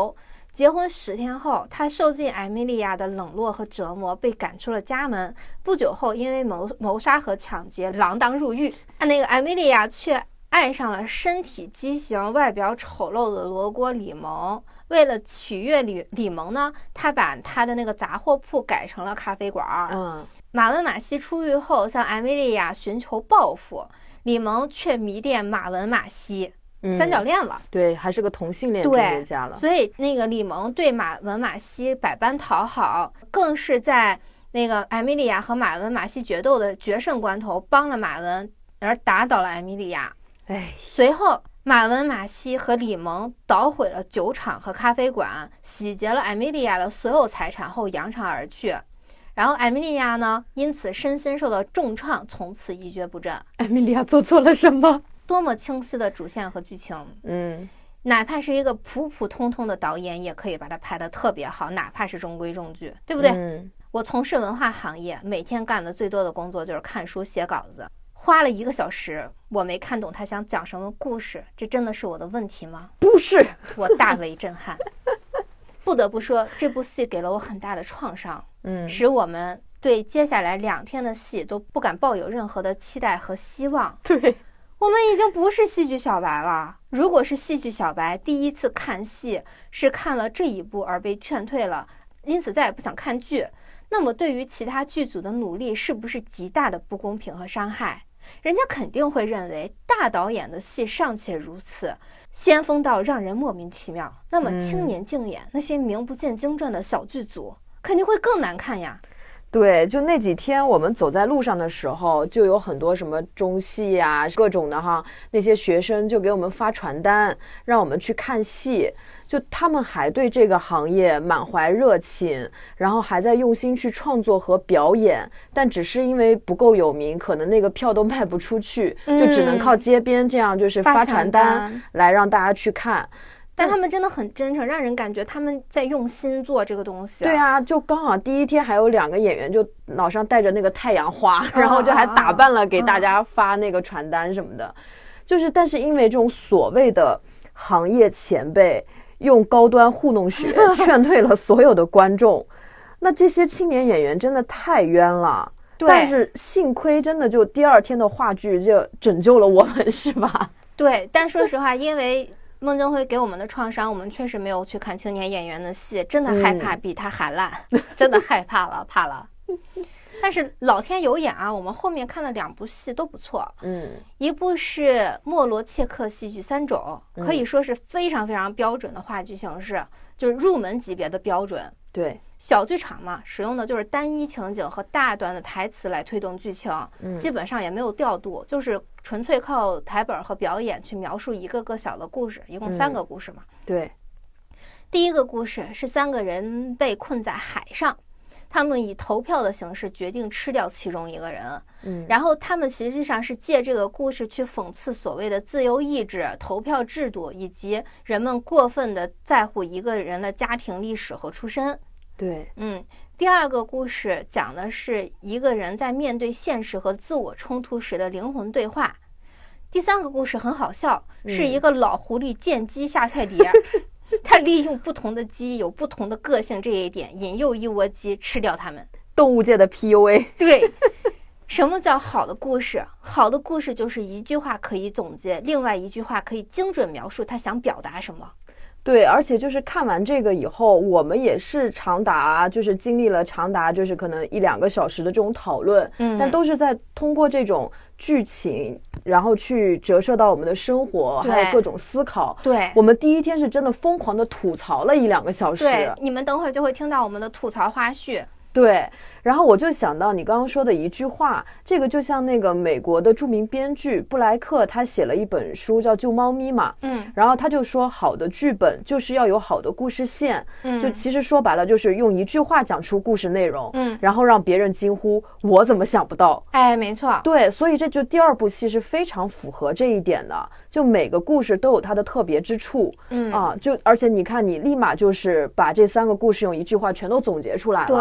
结婚十天后，他受尽艾米莉亚的冷落和折磨，被赶出了家门。不久后，因为谋谋杀和抢劫，锒铛入狱。那个艾米莉亚却爱上了身体畸形、外表丑陋的罗锅李蒙。为了取悦李李蒙呢，他把他的那个杂货铺改成了咖啡馆。 嗯， 马文马西出狱后向艾米莉亚寻求报复，李蒙却迷恋马文马西。三角恋了、嗯， 对，还是个同性恋政治家了。 所以那个李蒙对马文马西百般讨好，更是在那个艾米莉亚和马文马西决斗的决胜关头，帮了马文而打倒了艾米莉亚。 哎， 随后马文马西和李蒙捣毁了酒厂和咖啡馆，洗劫了艾米莉亚的所有财产后扬长而去。然后艾米莉亚呢，因此身心受到重创，从此一蹶不振。 艾米莉亚做错了什么？ 多么清晰的主线和剧情， 嗯， 哪怕是一个普普通通的导演，也可以把它拍得特别好，哪怕是中规中矩，对不对？ 嗯， 我从事文化行业，每天干的最多的工作就是看书写稿子，花了一个小时，我没看懂他想讲什么故事，这真的是我的问题吗？ 不是， 我大为震撼。不得不说，这部戏给了我很大的创伤， 嗯， 使我们对接下来两天的戏都不敢抱有任何的期待和希望。 对。 我们已经不是戏剧小白了。如果是戏剧小白，第一次看戏是看了这一部而被劝退了，因此再也不想看剧，那么对于其他剧组的努力是不是极大的不公平和伤害？人家肯定会认为大导演的戏尚且如此，先锋到让人莫名其妙，那么青年竞演、嗯、那些名不见经传的小剧组肯定会更难看呀。 对，就那几天我们走在路上的时候，就有很多什么中戏啊，各种的哈，那些学生就给我们发传单，让我们去看戏。就他们还对这个行业满怀热情，然后还在用心去创作和表演，但只是因为不够有名，可能那个票都卖不出去，就只能靠街边这样就是发传单来让大家去看。 但他们真的很真诚，让人感觉他们在用心做这个东西。 对啊，就刚好第一天还有两个演员就脑上戴着那个太阳花，然后就还打扮了给大家发那个传单什么的。就是但是因为这种所谓的行业前辈用高端糊弄学劝退了所有的观众，那这些青年演员真的太冤了。但是幸亏真的就第二天的话剧就拯救了我们，是吧？ 对，但说实话，因为孟京辉给我们的创伤，我们确实没有去看青年演员的戏，真的害怕比他还烂、嗯、真的害怕了怕了。但是老天有眼啊，我们后面看了两部戏都不错。 嗯， 一部是莫罗切克戏剧三种，可以说是非常非常标准的话剧形式、嗯、就是入门级别的标准。 对， 小剧场嘛，使用的就是单一情景和大段的台词来推动剧情、嗯、基本上也没有调度，就是纯粹靠台本和表演去描述一个个小的故事，一共三个故事嘛、 嗯、对。 第一个故事是三个人被困在海上，他们以投票的形式决定吃掉其中一个人，嗯，然后他们实际上是借这个故事去讽刺所谓的自由意志、投票制度，以及人们过分的在乎一个人的家庭历史和出身。 对， 嗯，第二个故事讲的是一个人在面对现实和自我冲突时的灵魂对话。第三个故事很好笑，是一个老狐狸见鸡下菜碟。他利用不同的鸡有不同的个性这一点，引诱一窝鸡吃掉它们。 动物界的 P U A。 对，什么叫好的故事？好的故事就是一句话可以总结，另外一句话可以精准描述他想表达什么。 对，而且就是看完这个以后，我们也是长达就是经历了长达就是可能一两个小时的这种讨论，嗯，但都是在通过这种剧情然后去折射到我们的生活，还有各种思考。 对， 我们第一天是真的疯狂的吐槽了一两个小时。 对，你们等会儿就会听到我们的吐槽花絮。 对，然后我就想到你刚刚说的一句话，这个就像那个美国的著名编剧布莱克，他写了一本书叫《救猫咪》嘛，嗯，然后他就说好的剧本就是要有好的故事线，嗯，就其实说白了就是用一句话讲出故事内容，嗯，然后让别人惊呼我怎么想不到。 哎，没错， 对，所以这就第二部戏是非常符合这一点的，就每个故事都有它的特别之处，嗯啊，就而且你看你立马就是把这三个故事用一句话全都总结出来了。 对，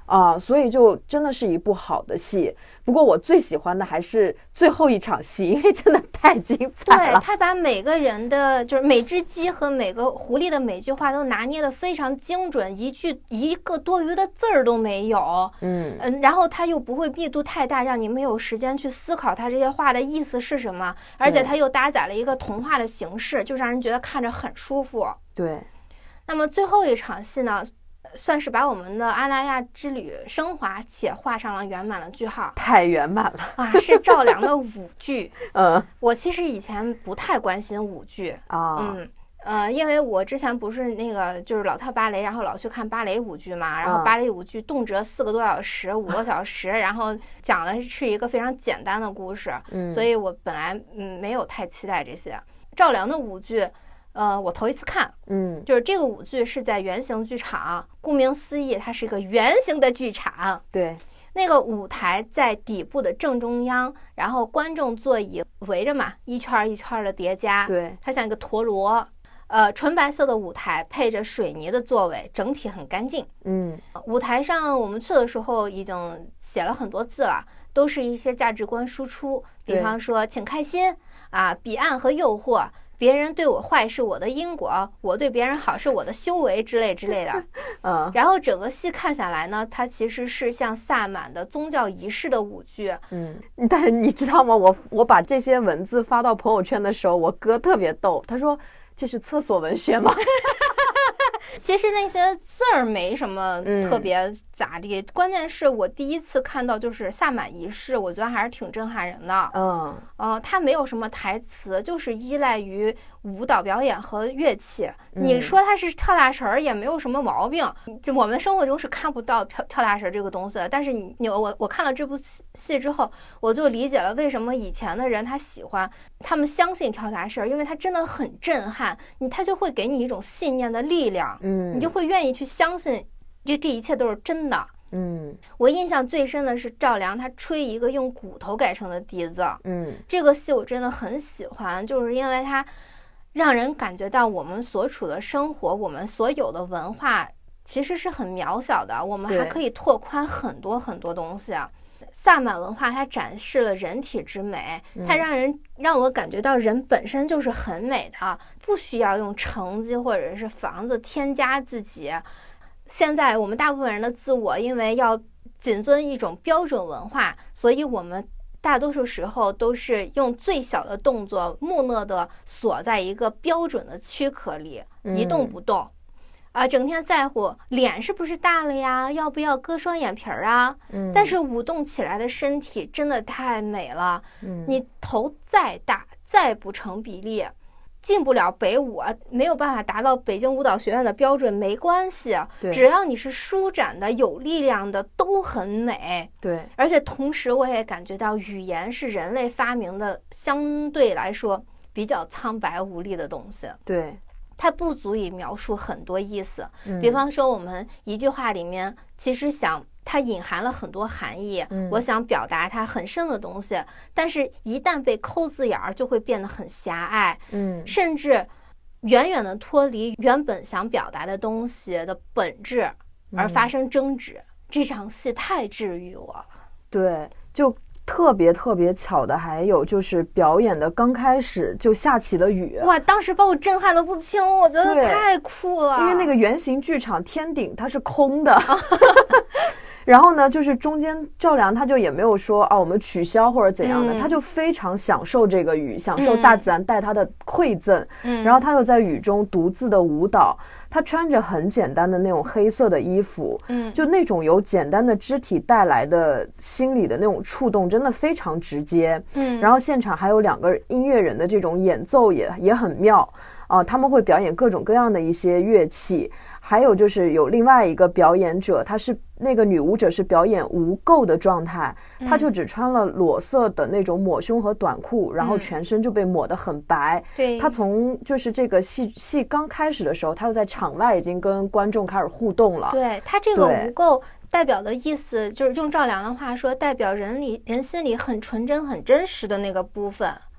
啊，所以就真的是一部好的戏。不过我最喜欢的还是最后一场戏，因为真的太精彩了。 对，他把每个人的就是每只鸡和每个狐狸的每句话都拿捏得非常精准，一句一个多余的字儿都没有。 嗯嗯，然后他又不会密度太大，让你没有时间去思考他这些话的意思是什么，而且他又搭载了一个童话的形式，就让人觉得看着很舒服。 对。 那么最后一场戏呢，算是把我们的阿那亚之旅升华且画上了圆满的句号， 太圆满了啊！是赵良的舞剧。 嗯， 我其实以前不太关心舞剧啊， 嗯呃，因为我之前不是那个就是老跳芭蕾，然后老去看芭蕾舞剧嘛，然后芭蕾舞剧动辄四个多小时、五个小时，然后讲的是一个非常简单的故事， 嗯， 所以我本来嗯没有太期待这些。赵良的舞剧。呃，我头一次看， 嗯， 就是这个舞剧是在圆形剧场，顾名思义，它是一个圆形的剧场。 对， 那个舞台在底部的正中央，然后观众座椅围着嘛，一圈一圈的叠加， 对， 它像一个陀螺。呃，纯白色的舞台配着水泥的座位，整体很干净。 嗯， 舞台上我们去的时候已经写了很多字了，都是一些价值观输出，比方说请开心啊，彼岸和诱惑。别人对我坏是我的因果，我对别人好是我的修为之类之类的。 嗯， 然后整个戏看下来呢，它其实是像萨满的宗教仪式的舞剧。 嗯，但是你知道吗？我我把这些文字发到朋友圈的时候，我哥特别逗，他说这是厕所文学吗？ 其实那些字儿没什么特别咋地，嗯、关键是我第一次看到就是萨满仪式，我觉得还是挺震撼人的。 嗯， 呃，它没有什么台词，就是依赖于舞蹈表演和乐器。 嗯、 你说它是跳大神儿也没有什么毛病，就我们生活中是看不到跳跳大神这个东西的。但是你你我我看了这部戏之后，我就理解了为什么以前的人他喜欢，他们相信跳大神，因为它真的很震撼，你他就会给你一种信念的力量。 嗯， 你就会愿意去相信这这一切都是真的。 嗯， 我印象最深的是赵良他吹一个用骨头改成的笛子。 嗯， 这个戏我真的很喜欢，就是因为它让人感觉到我们所处的生活，我们所有的文化其实是很渺小的，我们还可以拓宽很多很多东西。萨满文化它展示了人体之美，它让人让我感觉到人本身就是很美的，不需要用成绩或者是房子添加自己。现在我们大部分人的自我，因为要谨遵一种标准文化，所以我们大多数时候都是用最小的动作木讷地锁在一个标准的躯壳里，一动不动。啊，整天在乎脸是不是大了呀，要不要割双眼皮儿啊？嗯，但是舞动起来的身体真的太美了。嗯，你头再大再不成比例，进不了北舞啊，没有办法达到北京舞蹈学院的标准，没关系，只要你是舒展的、有力量的，都很美。 对， 而且同时我也感觉到，语言是人类发明的相对来说比较苍白无力的东西。 对。 它不足以描述很多意思，比方说我们一句话里面其实想它隐含了很多含义，嗯、我想表达它很深的东西，但是一旦被抠字眼儿就会变得很狭隘，嗯，甚至远远的脱离原本想表达的东西的本质而发生争执。嗯、这场戏太治愈我了。 对，就特别特别巧的还有就是表演的刚开始就下起了雨， 哇，当时把我震撼的不轻，我觉得太酷了。 因为那个圆形剧场天顶它是空的然后呢就是中间赵良他就也没有说啊我们取消或者怎样的、嗯、他就非常享受这个雨，享受大自然带他的馈赠、嗯、然后他又在雨中独自的舞蹈，他穿着很简单的那种黑色的衣服，嗯，就那种由简单的肢体带来的心理的那种触动真的非常直接，嗯，然后现场还有两个音乐人的这种演奏也也很妙啊、呃，他们会表演各种各样的一些乐器，还有就是有另外一个表演者，她是那个女舞者是表演无垢的状态，她就只穿了裸色的那种抹胸和短裤，然后全身就被抹得很白。对，她从就是这个戏戏刚开始的时候，她就在场外已经跟观众开始互动了。 对，她这个无垢代表的意思就是用赵良的话说，代表人里人心里很纯真、很真实的那个部分。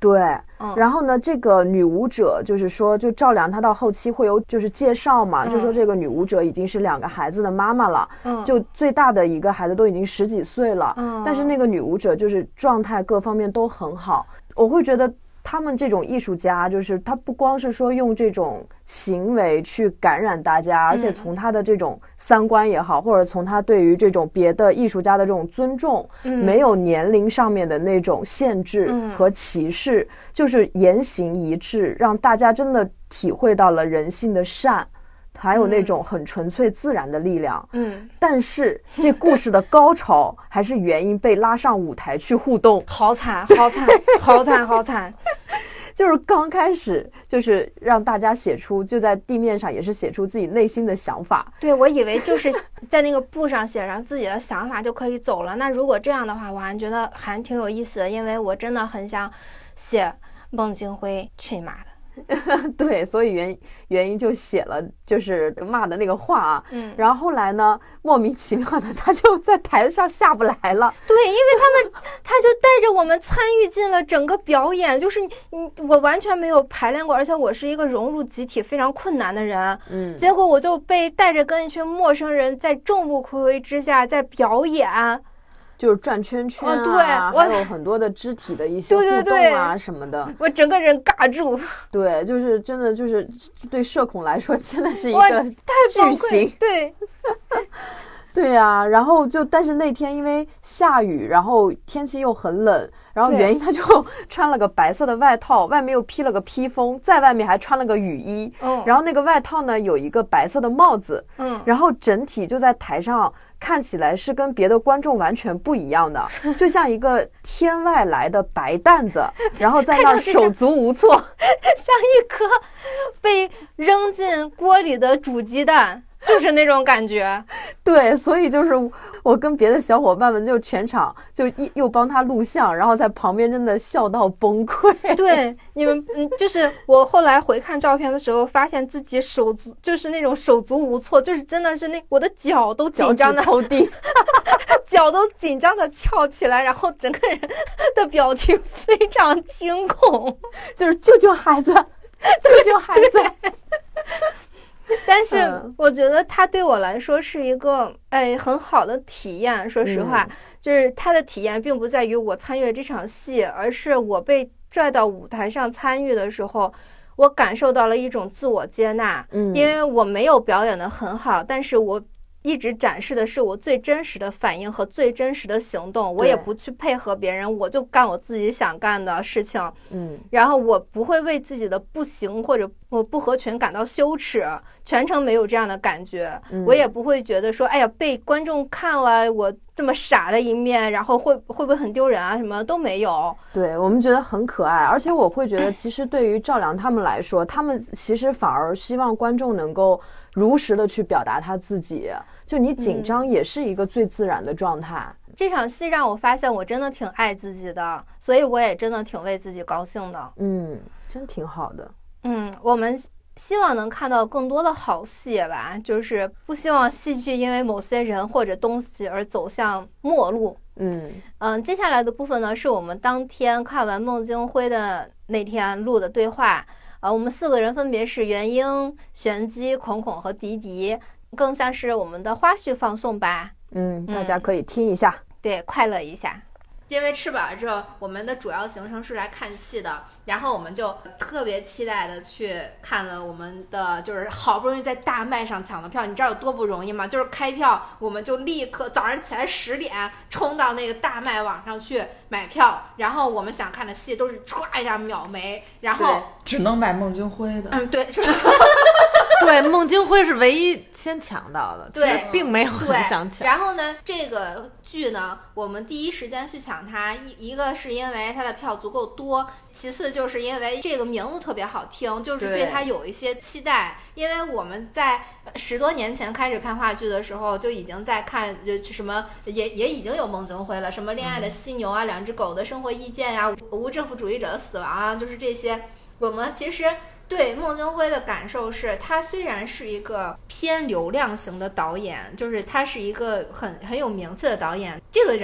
对， 嗯然后呢，这个女舞者就是说，就赵良她到后期会有就是介绍嘛， 嗯就说这个女舞者已经是两个孩子的妈妈了， 嗯就最大的一个孩子都已经十几岁了， 嗯但是那个女舞者就是状态各方面都很好，我会觉得他们这种艺术家，就是他不光是说用这种行为去感染大家，而且从他的这种三观也好，或者从他对于这种别的艺术家的这种尊重， 嗯没有年龄上面的那种限制和歧视，就是言行一致，让大家真的体会到了人性的善，还有那种很纯粹自然的力量。 嗯， 但是这故事的高潮还是原因被拉上舞台去互动， 好惨，好惨，好惨，好惨。 就是刚开始就是让大家写出，就在地面上也是写出自己内心的想法。 对，我以为就是在那个布上写上自己的想法就可以走了。那如果这样的话，我还觉得还挺有意思的，因为我真的很想写孟京辉去你妈的。 对，所以原原因就写了就是骂的那个话啊， 嗯， 然后后来呢，莫名其妙的他就在台上下不来了。 对，因为他们他就带着我们参与进了整个表演，就是你我完全没有排练过，而且我是一个融入集体非常困难的人， 嗯， 结果我就被带着跟一群陌生人在众目睽睽之下在表演。 就是转圈圈啊， 哦对我还有很多的肢体的一些互对对动对啊什么的。 我整个人尬住， 对，就是真的就是对社恐来说真的是一哇个太崩巨星溃。对， 对呀、然后就但是那天因为下雨，然后天气又很冷，然后对原因他就穿了个白色的外套，外面又披了个披风，在外面还穿了个雨衣， 嗯， 然后那个外套呢有一个白色的帽子， 嗯， 然后整体就在台上看起来是跟别的观众完全不一样的，就像一个天外来的白蛋子，然后在那儿手足无措， 像一颗被扔进锅里的煮鸡蛋，就是那种感觉。 对，所以就是我跟别的小伙伴们就全场就一又帮他录像，然后在旁边真的笑到崩溃。 对，你们嗯，就是我后来回看照片的时候，发现自己手足就是那种手足无措，就是真的是那我的脚都紧张的抠地， 脚都紧张的翘起来，然后整个人的表情非常惊恐， 就是救救孩子，救救孩子。 但是嗯我觉得它对我来说是一个哎很好的体验。说实话， 嗯就是它的体验并不在于我参与了这场戏，而是我被拽到舞台上参与的时候，我感受到了一种自我接纳。 嗯因为我没有表演得很好，但是我一直展示的是我最真实的反应和最真实的行动，我也不去配合别人，我就干我自己想干的事情。 嗯， 然后我不会为自己的不行或者我不合群感到羞耻，全程没有这样的感觉。 嗯我也不会觉得说，哎呀，被观众看了我这么傻的一面，然后会会不会很丢人啊，什么都没有。 对，我们觉得很可爱，而且我会觉得，其实对于赵良他们来说，他们其实反而希望观众能够如实的去表达他自己，就你紧张也是一个最自然的状态。 这场戏让我发现我真的挺爱自己的，所以我也真的挺为自己高兴的。 嗯，真挺好的。 嗯，我们希望能看到更多的好戏吧，就是不希望戏剧因为某些人或者东西而走向末路。 嗯嗯，接下来的部分呢，是我们当天看完孟京辉的那天录的对话。呃，我们四个人分别是元英、玄机、孔孔和迪迪，更像是我们的花絮放送吧。 嗯，大家可以听一下。 对，快乐一下。因为吃饱了之后，我们的主要行程是来看戏的，然后我们就特别期待的去看了我们的，就是好不容易在大麦上抢的票，你知道有多不容易吗？就是开票，我们就立刻早上起来十点冲到那个大麦网上去买票，然后我们想看的戏都是唰一下秒没，然后只能买孟京辉的。 嗯，对，是对，孟京辉是唯一先抢到的，其实对并没有很想抢。 然后呢，这个剧呢，我们第一时间去抢它，一一个是因为它的票足够多，其次就是因为这个名字特别好听，就是对它有一些期待。因为我们在十多年前开始看话剧的时候，就已经在看就什么也也已经有孟京辉了，什么《恋爱的犀牛》啊，《两只狗的生活意见》呀，《无政府主义者的死亡》啊，就是这些。我们其实对孟京辉的感受是，他虽然是一个偏流量型的导演，就是他是一个很很有名气的导演，这个人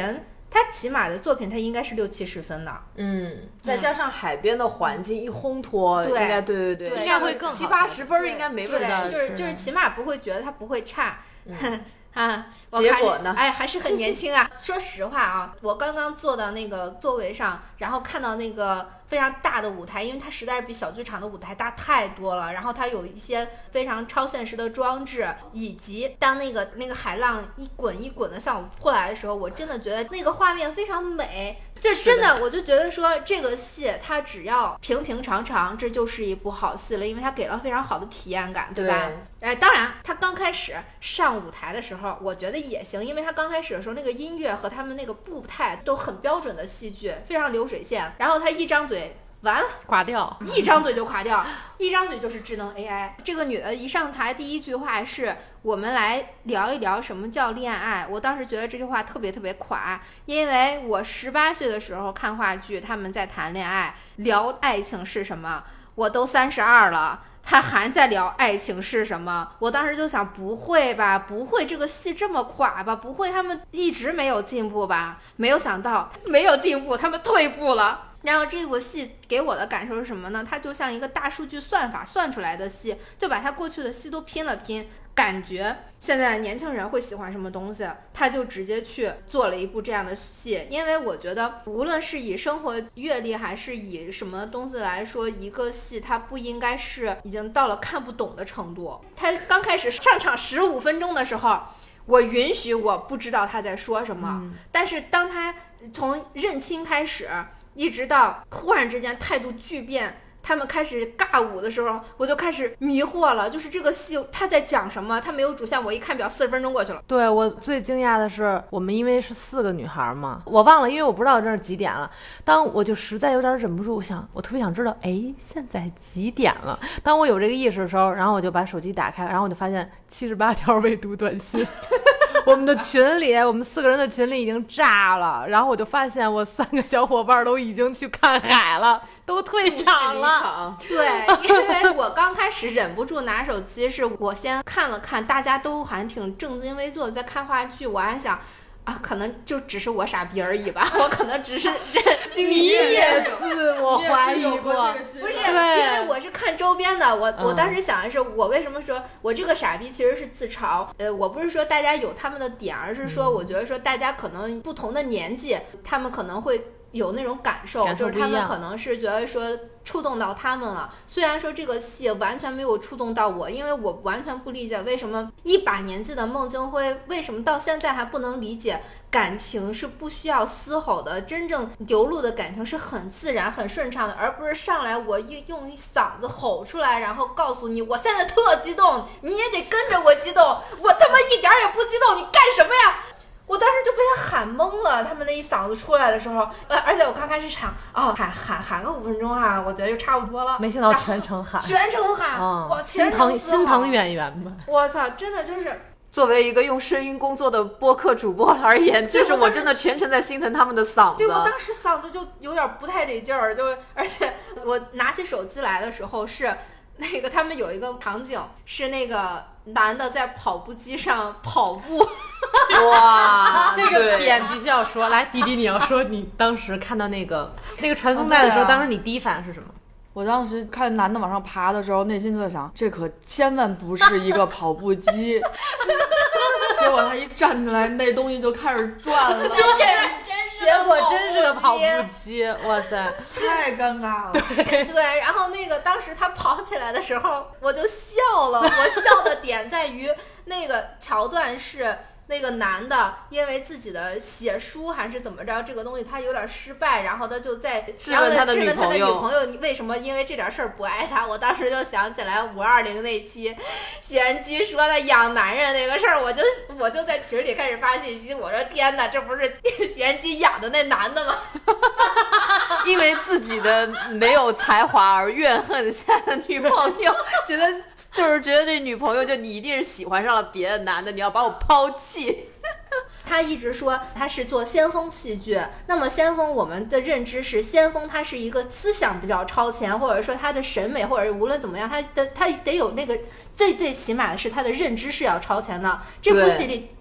他起码的作品他应该是六七十分的。 嗯，再加上海边的环境一烘托， 对应该对对对， 对应该会更好七八十分应该没问对， 题。 就是就是起码不会觉得他不会差。嗯啊， 结果呢？ 哎，还是很年轻啊。说实话啊，我刚刚坐到那个座位上，然后看到那个非常大的舞台，因为它实在是比小剧场的舞台大太多了。然后它有一些非常超现实的装置，以及当那个那个海浪一滚一滚的向我扑来的时候，我真的觉得那个画面非常美。就真的，我就觉得说这个戏它只要平平常常，这就是一部好戏了，因为它给了非常好的体验感，对吧？对哎，当然，它刚开始上舞台的时候，我觉得也行，因为它刚开始的时候那个音乐和他们那个步态都很标准的戏剧，非常流水线。然后他一张嘴。完了， 垮掉， 一张嘴就垮掉，一张嘴就是智能 A I。这个女的一上台，第一句话是我们来聊一聊什么叫恋爱。我当时觉得这句话特别特别垮，因为我十八岁的时候看话剧，他们在谈恋爱，聊爱情是什么，我都三十二了。他还在聊爱情是什么，我当时就想，不会吧，不会这个戏这么垮吧，不会他们一直没有进步吧？没有想到没有进步，他们退步了。然后这部戏给我的感受是什么呢？它就像一个大数据算法算出来的戏，就把它过去的戏都拼了拼，感觉现在年轻人会喜欢什么东西，他就直接去做了一部这样的戏。因为我觉得无论是以生活阅历还是以什么东西来说，一个戏它不应该是已经到了看不懂的程度。他刚开始上场十五分钟的时候，我允许我不知道他在说什么、嗯、但是当他从认清开始一直到忽然之间态度巨变，他们开始尬舞的时候，我就开始迷惑了，就是这个戏他在讲什么，他没有主线。我一看表，四十分钟过去了。 对，我最惊讶的是，我们因为是四个女孩嘛，我忘了，因为我不知道这是几点了。当我就实在有点忍不住，我想，我特别想知道，哎，现在几点了？当我有这个意识的时候，然后我就把手机打开，然后我就发现七十八条未读短信。我们的群里，我们四个人的群里已经炸了，然后我就发现我三个小伙伴都已经去看海了，都退场了。 对，因为我刚开始忍不住拿手机，是我先看了看，大家都还挺正襟危坐的在看话剧，我还想啊，可能就只是我傻逼而已吧，我可能只是心里你也自我怀疑过， 不是，因为我是看周边的，我、嗯、我当时想的是，我为什么说我这个傻逼其实是自嘲，呃，我不是说大家有他们的点，而是说我觉得说大家可能不同的年纪，他们可能会有那种感受， 感受就是他们可能是觉得说触动到他们了。虽然说这个戏完全没有触动到我，因为我完全不理解为什么一把年纪的孟京辉为什么到现在还不能理解感情是不需要嘶吼的，真正流露的感情是很自然很顺畅的，而不是上来我一用一嗓子吼出来，然后告诉你我现在特激动，你也得跟着我激动，我他妈一点也不激动，你干什么呀？我当时就被他喊懵了，他们那一嗓子出来的时候，呃，而且我刚开始想，哦，喊喊喊个五分钟啊，我觉得就差不多了。 没想到全程喊， 全程喊， 哦、 哇， 心疼心疼演员们。 我操，真的就是作为一个用声音工作的播客主播而言，就是我真的全程在心疼他们的嗓子。 对，我当时嗓子就有点不太得劲儿，就而且我拿起手机来的时候是。那个他们有一个场景是那个男的在跑步机上跑步， 哇， 这个点必须要说。来，迪迪，你要说你当时看到那个那个传送带的时候，当时你第一反应是什么？ 我当时看男的往上爬的时候，内心就在想，这可千万不是一个跑步机。结果他一站起来，那东西就开始转了。 结果真是个跑步机，哇塞， 太尴尬了。 对对，然后那个当时他跑起来的时候，我就笑了。我笑的点在于那个桥段是。那个男的因为自己的写书还是怎么着，这个东西他有点失败，然后他就在质问他的女朋友， 朋友你为什么因为这点事儿不爱他。我当时就想起来五二零那期玄机说的养男人那个事儿，我就我就在群里开始发信息，我说天哪，这不是玄机养的那男的吗？ 因为自己的没有才华而怨恨现在的女朋友，觉得就是觉得这女朋友就你一定是喜欢上了别的男的，你要把我抛弃。 他一直说他是做先锋戏剧，那么先锋我们的认知是先锋他是一个思想比较超前，或者说他的审美，或者无论怎么样他的他得有那个最最起码的是他的认知是要超前的。这部戏里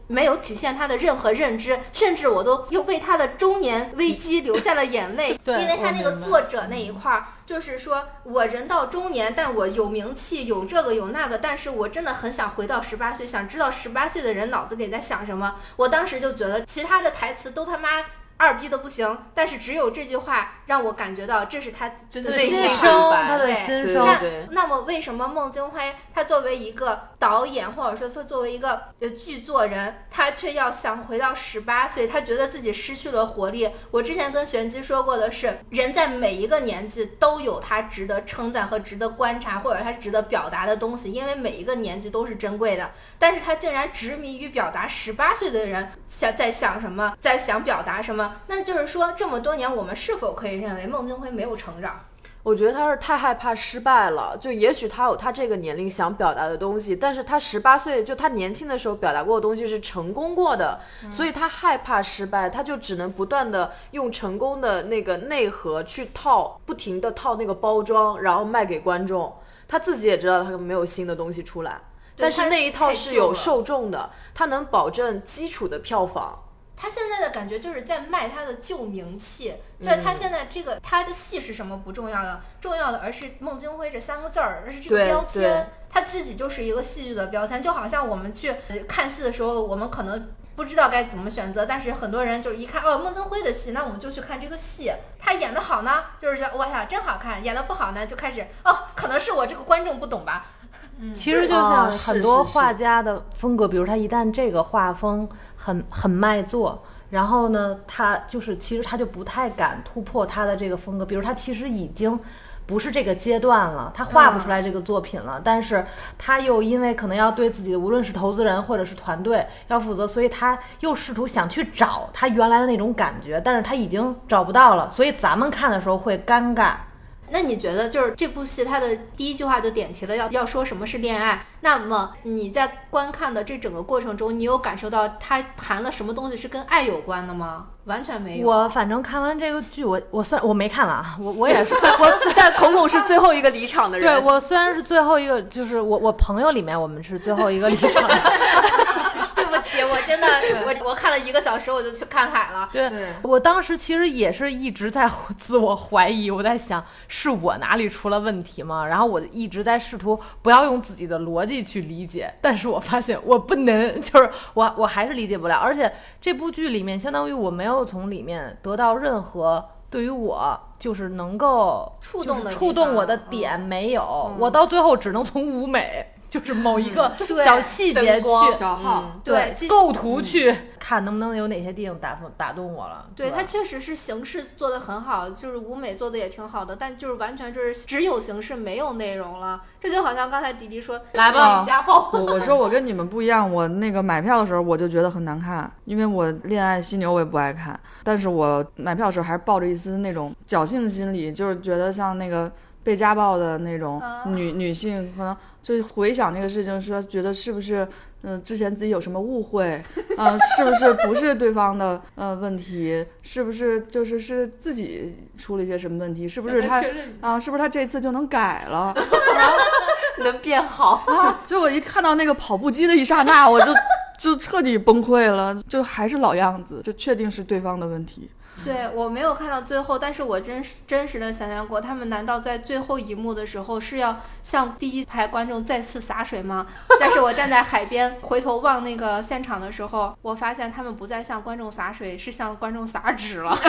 没有体现他的任何认知，甚至我都又为他的中年危机流下了眼泪。 对， 因为他那个作者那一块儿，就是说我人到中年，但我有名气，有这个有那个，但是我真的很想回到十八岁，想知道十八岁的人脑子里在想什么。我当时就觉得其他的台词都他妈二逼的不行，但是只有这句话让我感觉到这是他的内心声， 白他的心声。 那那么为什么孟京辉他作为一个导演，或者说他作为一个剧作人，他却要想回到十八岁？他觉得自己失去了活力。我之前跟玄机说过的是，人在每一个年纪都有他值得称赞和值得观察，或者他值得表达的东西，因为每一个年纪都是珍贵的。但是他竟然执迷于表达十八岁的人想在想什么，在想表达什么。那就是说，这么多年我们是否可以认为孟京辉没有成长？ 我觉得他是太害怕失败了，就也许他有他这个年龄想表达的东西，但是他十八岁就他年轻的时候表达过的东西是成功过的、嗯、所以他害怕失败，他就只能不断的用成功的那个内核去套，不停的套那个包装，然后卖给观众。他自己也知道他没有新的东西出来，但是那一套是有受众的，他能保证基础的票房。 他现在的感觉就是在卖他的旧名气，就他现在这个、嗯、他的戏是什么不重要了，重要的而是孟京辉这三个字儿，而是这个标签，他自己就是一个戏剧的标签。就好像我们去看戏的时候，我们可能不知道该怎么选择，但是很多人就是一看哦孟京辉的戏，那我们就去看这个戏，他演得好呢，就是说哇呀真好看；演得不好呢，就开始哦可能是我这个观众不懂吧。 嗯、其实就像很多画家的风格、哦、比如他一旦这个画风很很卖座，然后呢他就是其实他就不太敢突破他的这个风格，比如他其实已经不是这个阶段了，他画不出来这个作品了、嗯、但是他又因为可能要对自己的无论是投资人或者是团队要负责，所以他又试图想去找他原来的那种感觉，但是他已经找不到了，所以咱们看的时候会尴尬。 那你觉得就是这部戏它的第一句话就点题了要要说什么是恋爱，那么你在观看的这整个过程中，你有感受到他谈了什么东西是跟爱有关的吗？完全没有。 我反正看完这个剧，我我算我没看完啊，我我也是，我但孔孔是最后一个离场的人。 对，我虽然是最后一个，就是我我朋友里面我们是最后一个离场的。 对不起，我真的我我看了一个小时我就去看海了。 对，对我当时其实也是一直在自我怀疑，我在想是我哪里出了问题吗？然后我一直在试图不要用自己的逻辑去理解，但是我发现我不能，就是我我还是理解不了。而且这部剧里面相当于我没有从里面得到任何对于我就是能够触动的触动我的点，没有、嗯、我到最后只能从舞美就是某一个嗯、 小细节去小号、 嗯、对, 对构图去、嗯、看能不能有哪些地方打打动我了。 对，它确实是形式做得很好，就是舞美做的也挺好的，但就是完全就是只有形式没有内容了。这就好像刚才迪迪说来吧家暴、 哦、我我说我跟你们不一样，我那个买票的时候我就觉得很难看，因为我恋爱犀牛我也不爱看，但是我买票的时候还是抱着一丝那种侥幸心理，就是觉得像那个被家暴的那种女、uh. 女性，可能就回想这个事情，说觉得是不是，嗯、呃，之前自己有什么误会，呃，是不是不是对方的呃问题，是不是就是是自己出了一些什么问题，是不是他啊、呃，是不是他这次就能改了， 能变好啊？就我一看到那个跑步机的一刹那，我就就彻底崩溃了，就还是老样子，就确定是对方的问题。 对，我没有看到最后，但是我真真实的想象过，他们难道在最后一幕的时候是要向第一排观众再次洒水吗？但是我站在海边回头望那个现场的时候，我发现他们不再向观众洒水，是向观众撒纸了。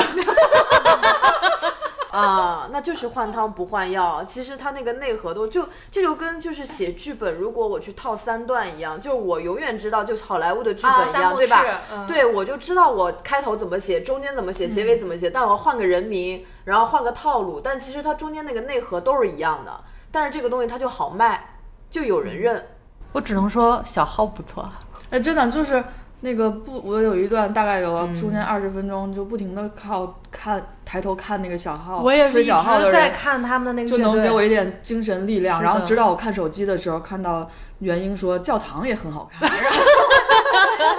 啊，那就是换汤不换药。其实他那个内核都就这就跟就是写剧本，如果我去套三段一样，就是我永远知道，就是好莱坞的剧本一样， 啊、 对吧？ 嗯、 对，我就知道我开头怎么写，中间怎么写，结尾怎么写，嗯、但我换个人名，然后换个套路，但其实它中间那个内核都是一样的。但是这个东西它就好卖，就有人认。 我只能说小号不错。 哎，真的就是那个不，我有一段大概有中间二十分钟，嗯、就不停的靠看抬头看那个小号， 我也是吹小号的人在看他们的那个， 就能给我一点精神力量。然后直到我看手机的时候，看到元英说教堂也很好看，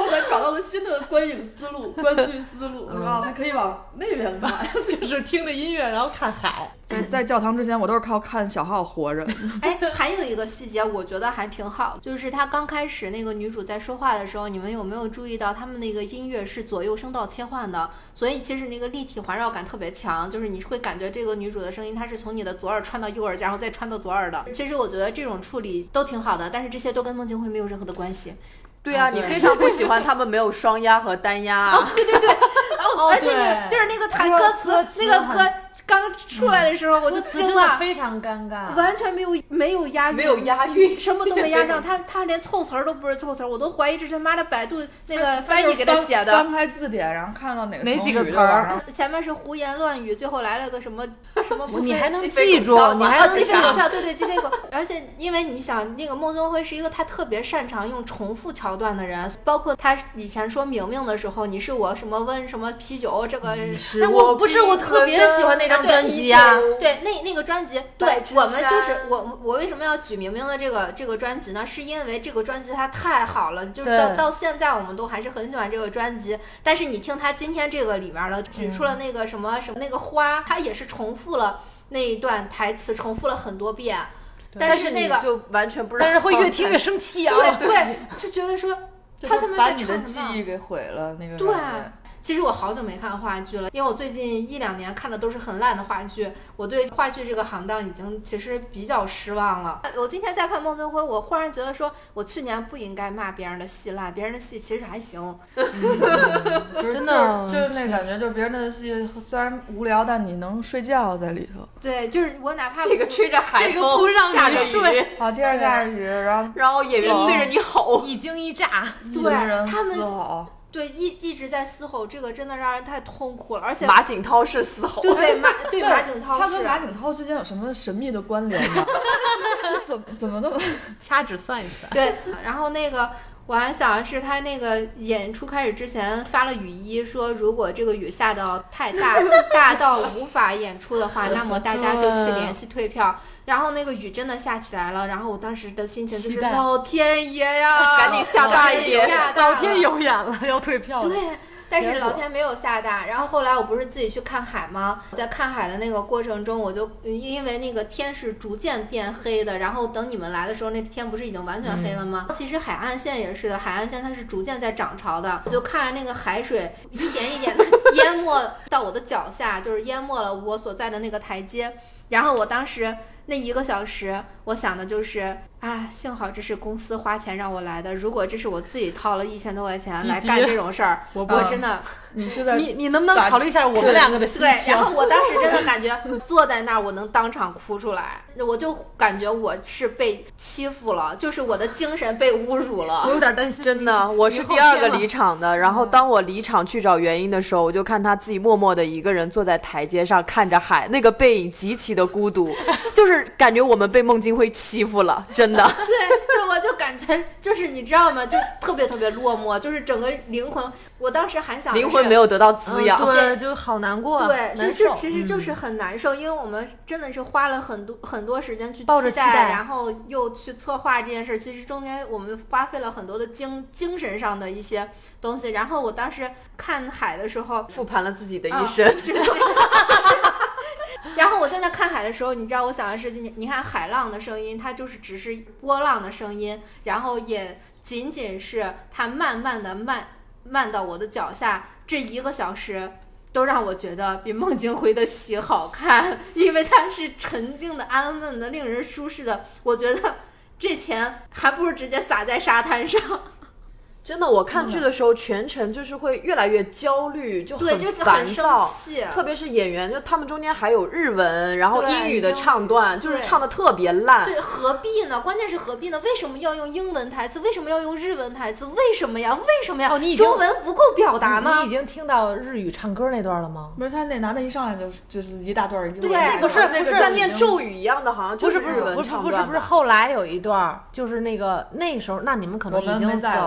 后才找到了新的观影思路、观剧思路， 嗯、 啊，还可以往那边看， 就是听着音乐然后看海。 在在教堂之前，我都是靠看小号活着。 哎，还有一个细节，我觉得还挺好，就是他刚开始那个女主在说话的时候，你们有没有注意到他们那个音乐是左右声道切换的？所以其实那个立体环绕感特别强，就是你会感觉这个女主的声音它是从你的左耳穿到右耳，然后再穿到左耳的。其实我觉得这种处理都挺好的，但是这些都跟孟京辉没有任何的关系。 对啊，你非常不喜欢他们没有双押和单押啊。 哦，对对对，然后、哦、而且你就是那个弹歌词，那个歌刚出来的时候、嗯、我就惊了， 非常尴尬， 完全没有没有押韵， 没有押韵， 什么都没押上，他他连凑词儿都不是凑词儿，我都怀疑这他妈的百度那个翻译给他写的。 翻开字典，然后看到哪个哪几个词儿， 前面是胡言乱语，最后来了个什么什么， 你还能记住，你还能鸡飞狗跳，对对，鸡飞狗。而且因为你想，那个孟京辉是一个他特别擅长用重复桥段的人，包括他以前说明明的时候，你是我什么温什么啤酒，这个是我不是我特别喜欢那张专辑啊。 对，那那个专辑，对我们就是我我为什么要举明明的这个这个专辑呢？是因为这个专辑它太好了，就是到到现在我们都还是很喜欢这个专辑。但是你听他今天这个里面的，举出了那个什么、嗯、什么那个花，他也是重复了那一段台词，重复了很多遍。但是那个就完全不知道， 但是会越听越生气啊！ 对对，就觉得说他他妈把你的记忆给毁了那个。 对。其实我好久没看话剧了，因为我最近一两年看的都是很烂的话剧，我对话剧这个行当已经其实比较失望了。我今天在看孟京辉，我忽然觉得说，我去年不应该骂别人的戏烂，别人的戏其实还行。 嗯、真的，就是那感觉，就是别人的戏虽然无聊，但你能睡觉在里头。 对，就是我哪怕这个吹着海风， 这个不让下着雨， 啊，天上下着雨，然后然后演员对着你吼， 一惊一乍， 对他们。对，一一直在嘶吼，这个真的让人太痛苦了。而且马景涛是嘶吼， 对对马对马景涛是， 他跟马景涛之间有什么神秘的关联吗？这怎么怎么那么掐指算一算？ 对，然后那个我还想的是，他那个演出开始之前发了雨衣，说如果这个雨下到太大大到无法演出的话，那么大家就去联系退票。然后那个雨真的下起来了，然后我当时的心情就是老天爷呀， 赶紧下大一点， 老天有眼了，要退票了。 对，但是老天没有下大。然后后来我不是自己去看海吗？我在看海的那个过程中，我就因为那个天是逐渐变黑的，然后等你们来的时候，那天不是已经完全黑了吗？嗯、其实海岸线也是的，海岸线它是逐渐在涨潮的。我就看着那个海水一点一点的淹没到我的脚下，就是淹没了我所在的那个台阶。然后我当时那一个小时，我想的就是啊，幸好这是公司花钱让我来的。如果这是我自己掏了一千多块钱来干这种事儿，我真的， 你是在你你能不能考虑一下我们两个的心情？ 对，然后我当时真的感觉坐在那儿，我能当场哭出来，我就感觉我是被欺负了，就是我的精神被侮辱了。 我有点担心， 真的，我是第二个离场的。然后当我离场去找原因的时候，我就看他自己默默的一个人坐在台阶上看着海，那个背影极其的孤独，就是感觉我们被孟京辉欺负了，真的。 对，就我就感觉就是你知道吗？就特别特别落寞，就是整个灵魂。我当时还想灵魂没有得到滋养、 嗯，对，就好难过。 对，就就其实就是很难受、嗯，因为我们真的是花了很多很多时间去抱着期待，然后又去策划这件事。其实中间我们花费了很多的精精神上的一些东西。然后我当时看海的时候， 复盘了自己的一生。 嗯、是是然后我在那看海的时候，你知道我想的是，你看海浪的声音，它就是只是波浪的声音，然后也仅仅是它慢慢的慢。慢到我的脚下，这一个小时都让我觉得比孟京辉的戏好看，因为它是沉静的、安稳的、令人舒适的。我觉得这钱还不如直接撒在沙滩上。 真的，我看剧的时候全程就是会越来越焦虑，就很对，就烦躁， 很生气。 特别是演员，就他们中间还有日文，然后英语的唱段，就是唱的特别烂。 对，何必呢？关键是何必呢？为什么要用英文台词？为什么要用日文台词？为什么呀？为什么呀？ 哦，你中文不够表达吗？ 你已经听到日语唱歌那段了吗？ 不是，他那男的一上来就就是一大段英文。 对， 不是那个像念咒语一样的，好像就是日文唱段。 不是不是不是，后来有一段就是那个那时候，那你们可能已经走了。 我们已经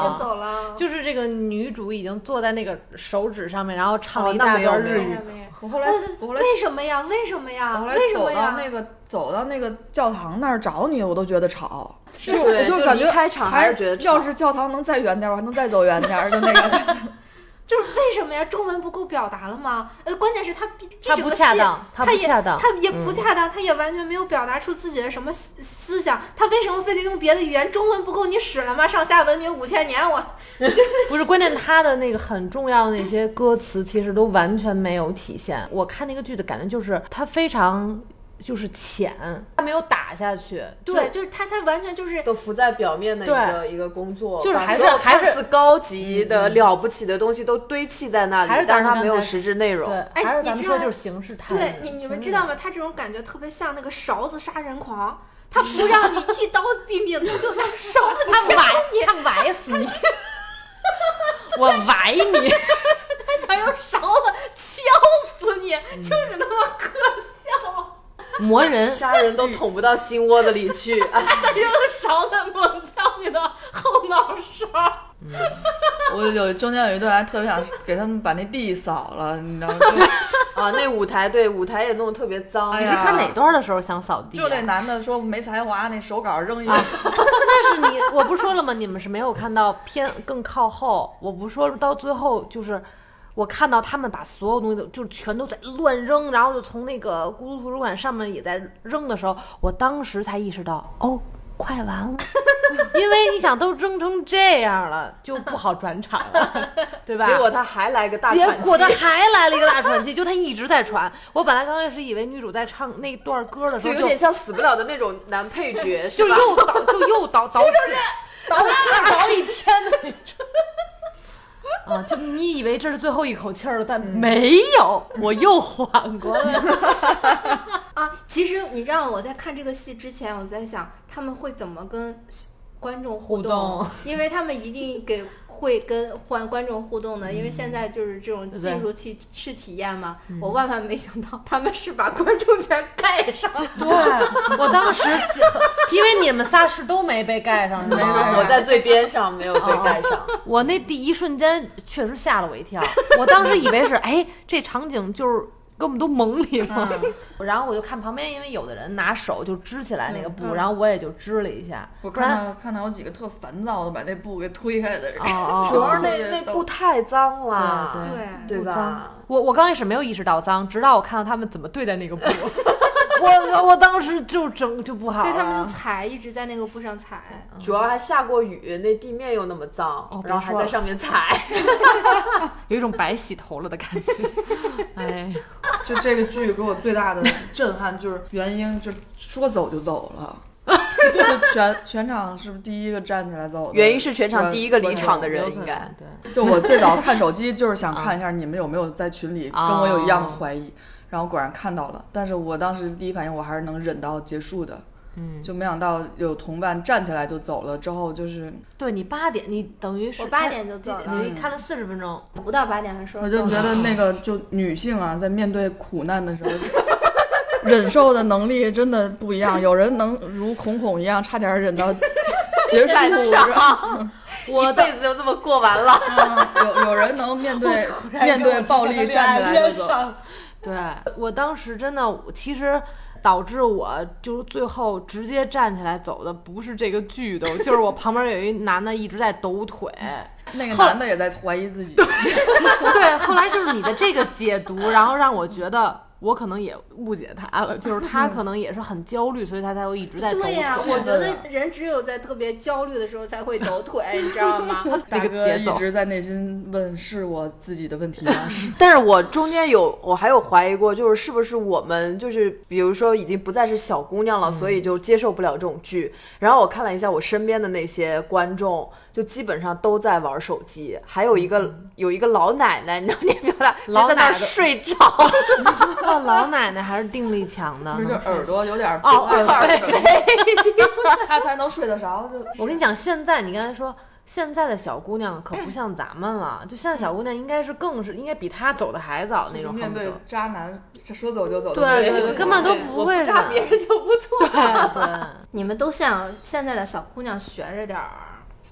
经走了， 就是这个女主已经坐在那个手指上面，然后唱了一大段日语。 我后来我后来为什么呀？为什么呀？ 我后来为什走么呀？ 到那个走到那个教堂那儿找你，我都觉得吵。 是就我就感觉离开场还是觉得吵要是教堂能再远点，我还能再走远点，就那个。 就是为什么呀？中文不够表达了吗？呃，关键是他他不恰当，他不恰当， 他也不恰当，他也完全没有表达出自己的什么思思想。他为什么非得用别的语言？中文不够你使了吗？上下文明五千年，我不是关键，他的那个很重要的那些歌词其实都完全没有体现。我看那个剧的感觉就是他非常。就是浅，他没有打下去。 对，就是他，他完全就是都浮在表面的一个一个工作， 就是还是还是高级的、了不起的东西都堆砌在那里， 还是但是他没有实质内容。 对，还是咱们说就是形式态。 对你，你们知道吗？他这种感觉特别像那个勺子杀人狂，他不让你一刀毙命，他就拿勺子他崴你，他崴死你，我崴你， 他想用勺子敲死你，就是那么可笑。 磨人， 杀人都捅不到心窝子里去， 他用勺子猛敲你的后脑勺。 嗯，我有中间有一段还特别想给他们把那地扫了，你知道吗？ 啊，那舞台对舞台也弄得特别脏。 你是看哪段的时候想扫地、啊？ 就那男的说没才华，那手稿扔一个。 啊、但是你，我不是说了吗？你们是没有看到偏更靠后。我不说到最后就是。我看到他们把所有东西都就全都在乱扔，然后就从那个孤独图书馆上面也在扔的时候，我当时才意识到，哦，快完了，因为你想都扔成这样了，就不好转场了，对吧？ 结果他还来个大喘气， 结果他还来了一个大喘气，就他一直在喘。我本来刚开始以为女主在唱那段歌的时候就， 就有点像死不了的那种男配角， 就又倒就又倒倒倒倒一天的那种。啊，就你以为这是最后一口气儿了，但没有，嗯、我又缓过来了。 啊，其实你知道我在看这个戏之前，我在想他们会怎么跟观众互动， 互动因为他们一定给会跟观观众互动的，因为现在就是这种进入去试体验嘛。 嗯、 我万万没想到他们是把观众全盖上。 对，我当时因为你们仨是都没被盖上， 没我在最边上没有被盖上。 哦、我那第一瞬间确实吓了我一跳，我当时以为是哎，这场景就是给我们都蒙里了。嗯、然后我就看旁边，因为有的人拿手就支起来那个布，嗯、然后我也就支了一下。 我看到看到有几个特烦躁的把那布给推开的人， 哦、主要是那那布太脏了， 对对对吧？ 我我刚开始没有意识到脏，直到我看到他们怎么对待那个布。我我当时就整就不好了， 对他们就踩，一直在那个布上踩， 主要还下过雨，那地面又那么脏， 哦、 然后还在上面踩， 有一种白洗头了的感觉。哎， 就这个剧给我最大的震撼就是原因，就说走就走了。就全全场是不是第一个站起来走的？ 原因是全场第一个离场的人，应该。 对。 就我最早看手机，就是想看一下你们有没有在群里跟我有一样的怀疑。哦，然后果然看到了，但是我当时第一反应我还是能忍到结束的， 嗯， 就没想到有同伴站起来就走了，之后就是对你八点，你等于是我八点就走了， 你看了四十分钟， 不到八点的时候， 我就觉得那个就女性啊，在面对苦难的时候，忍受的能力真的不一样，有人能如孔孔一样差点忍到结束， 我一辈子就这么过完了。 嗯、有有人能面对面对暴力站起来就走。 对，我当时真的，其实导致我就是最后直接站起来走的不是这个剧的，就是我旁边有一男的一直在抖腿， 那个男的也在怀疑自己。 对，对，后来就是你的这个解读，然后让我觉得我可能也误解他了，就是他可能也是很焦虑，所以他才会一直在抖腿。 对呀、啊，我觉得人只有在特别焦虑的时候才会抖腿，你知道吗？ 大哥一直在内心问：是我自己的问题吗？ 但是我中间有，我还有怀疑过，就是是不是我们就是比如说已经不再是小姑娘了，嗯、所以就接受不了这种剧。然后我看了一下我身边的那些观众，就基本上都在玩手机，还有一个、嗯、有一个老奶奶，你知道那表达， 老奶奶睡着。 哦，老奶奶还是定力强的， 就耳朵有点哦耳背， 她才能睡得着。 我跟你讲，现在你刚才说现在的小姑娘可不像咱们了，就现在小姑娘应该是更是应该比她走的还早那种， 面对渣男说走就走的， 对对对，根本都不会渣别人就不错。 对对， 你们都向现在的小姑娘学着点儿。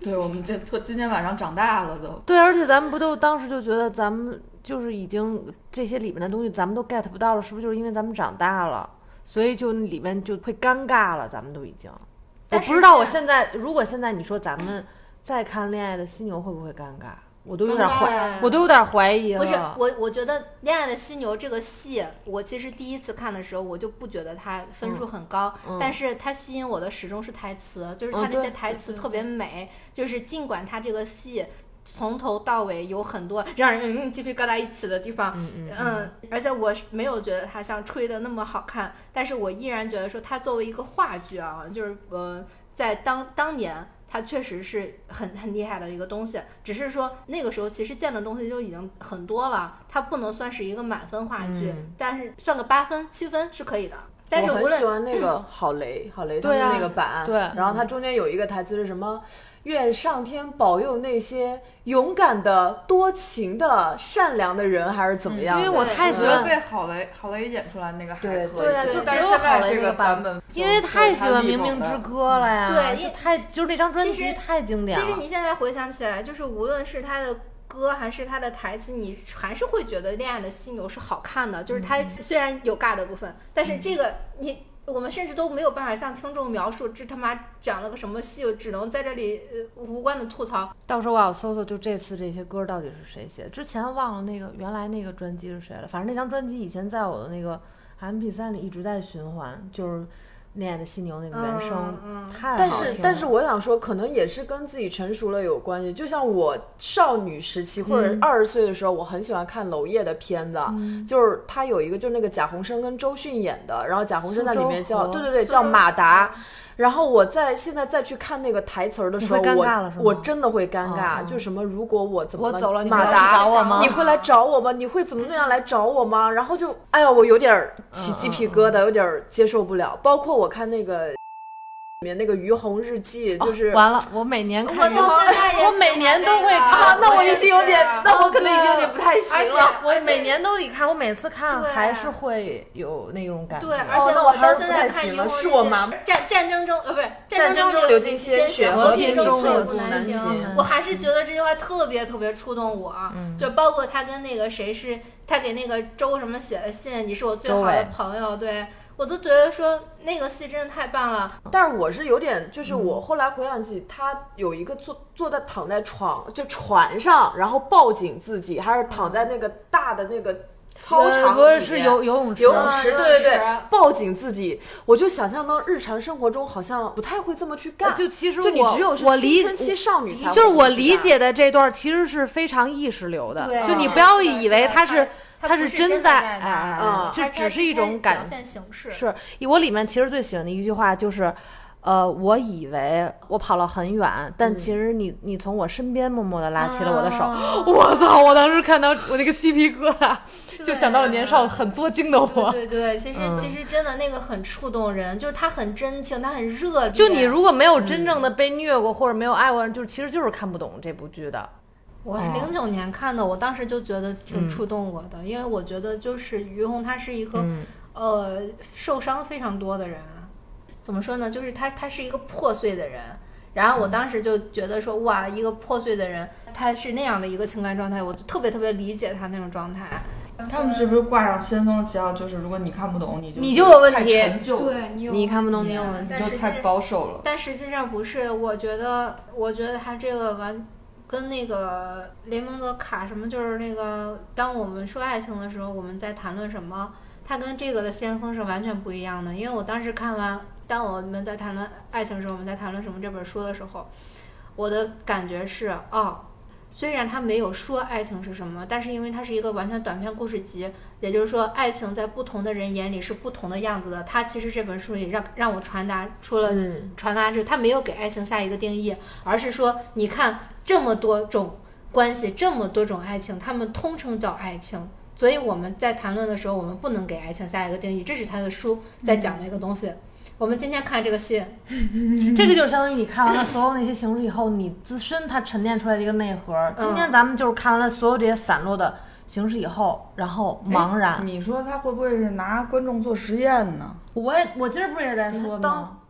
对，我们这特今天晚上长大了都。 对，而且咱们不都当时就觉得咱们就是已经这些里面的东西咱们都 get 不到了，是不是就是因为咱们长大了，所以就里面就会尴尬了，咱们都已经。我不知道我现在如果现在你说咱们再看《恋爱的犀牛》会不会尴尬？我都有点怀，我都有点怀疑了。 不是我，我觉得《恋爱的犀牛》这个戏，我其实第一次看的时候，我就不觉得它分数很高，嗯嗯、但是它吸引我的始终是台词，就是它那些台词特别美，嗯、就是尽管它这个戏从头到尾有很多让人鸡皮疙瘩一起的地方，嗯, 嗯, 嗯而且我没有觉得它像吹的那么好看，但是我依然觉得说它作为一个话剧啊，就是呃，在当当年。它确实是很很厉害的一个东西，只是说那个时候其实见的东西就已经很多了，它不能算是一个满分话剧，嗯、但是算个八分七分是可以的。但是我很喜欢那个郝蕾，郝蕾他们那个版， 对、啊， 然后它中间有一个台词是什么？愿上天保佑那些勇敢的、多情的、善良的人，还是怎么样、 嗯？因为我太喜欢被郝蕾郝蕾演出来那个还可以， 对啊，就但是现在这个版本， 因为太喜欢《冥冥之歌》了呀， 对， 就太就是那张专辑太经典了。 其实你现在回想起来，就是无论是他的歌还是他的台词，你还是会觉得《恋爱的犀牛》是好看的，就是它虽然有尬的部分，但是这个你。我们甚至都没有办法向听众描述这他妈讲了个什么戏，只能在这里、呃、无关的吐槽。 到时候我要搜搜，就这次这些歌到底是谁写的？之前忘了那个原来那个专辑是谁了。反正那张专辑以前在我的那个 M P 三 里一直在循环，就是《恋爱的犀牛》那个原声， 嗯嗯、 太好听了。 但是但是我想说，可能也是跟自己成熟了有关系。就像我少女时期或者二十岁的时候，嗯、我很喜欢看娄烨的片子，嗯、就是他有一个就是那个贾宏声跟周迅演的，然后贾宏声在里面叫对对对叫马达。然后我在现在再去看那个台词的时候，我我真的会尴尬，哦、就什么如果我怎么我走了， 马达找我吗？ 你会来找我吗？你会怎么那样来找我吗？然后就哎呀，我有点起鸡皮疙瘩，嗯嗯嗯有点接受不了。包括我看那个。里面那个于红日记就是、 哦、完了，我每年看我到现在也我每年都会看， 啊、那我已经有点，那我可能已经有点不太行了。 我每年都得看，我每次看还是会有那种感觉。 对，而且我到现在看于红日记， 是我妈战战争中呃不是战争中流尽鲜血， 和平中寸步难行。我还是觉得这句话特别特别触动我，嗯、就包括他跟那个谁是他给那个周什么写的信，你是我最好的朋友，对。我都觉得说那个戏真的太棒了， 但是我是有点，就是我后来回想起，他有一个坐坐在躺在床就船上，然后抱紧自己，还是躺在那个大的那个操场里面， 不是是游游泳池， 游泳池，对对对，抱紧自己，我就想象到日常生活中好像不太会这么去干。 就其实我就你只有是青春期少女才会， 就是我理解的这段其实是非常意识流的，就你不要以为他是。 它是真在哎， 嗯，这只是一种感现形式。 是我里面其实最喜欢的一句话就是，呃，我以为我跑了很远，但其实你、嗯、你从我身边默默地拉起了我的手。啊、我操！我当时看到我那个鸡皮疙瘩，就想到了年少很作精的我。 对对对，其实、嗯、其实真的那个很触动人，就是他很真情，他很热烈。 就你如果没有真正的被虐过、嗯、或者没有爱过人，就是其实就是看不懂这部剧的。 我是零九年看的、哦，我当时就觉得挺触动我的，嗯、因为我觉得就是于红他是一个、嗯、呃受伤非常多的人，怎么说呢？就是他他是一个破碎的人，然后我当时就觉得说哇，一个破碎的人，他是那样的一个情感状态，我就特别特别理解他那种状态。 他们是不是挂上先锋的旗号？就是如果你看不懂，你就你就有问题， 太陈旧， 对你有你看不懂，你有问题， 你就太保守了。 但实际上不是，我觉得，我觉得他这个完。跟那个雷蒙德卡什么，就是那个当我们说爱情的时候，我们在谈论什么，它跟这个的先锋是完全不一样的。因为我当时看完当我们在谈论爱情的时候，我们在谈论什么这本书的时候，我的感觉是哦，虽然他没有说爱情是什么，但是因为它是一个完全短篇故事集，也就是说爱情在不同的人眼里是不同的样子的。它其实这本书里让让我传达出了、嗯、传达是他没有给爱情下一个定义，而是说你看这么多种关系，这么多种爱情，他们通称叫爱情。所以我们在谈论的时候，我们不能给爱情下一个定义，这是他的书在讲的一个东西。嗯、我们今天看这个戏， 这个就是相当于你看完了所有那些形式以后，你自身它沉淀出来的一个内核。嗯、今天咱们就是看完了所有这些散落的形式以后，然后茫然。 你说他会不会是拿观众做实验呢？ 我我今儿不是也在说吗？ 当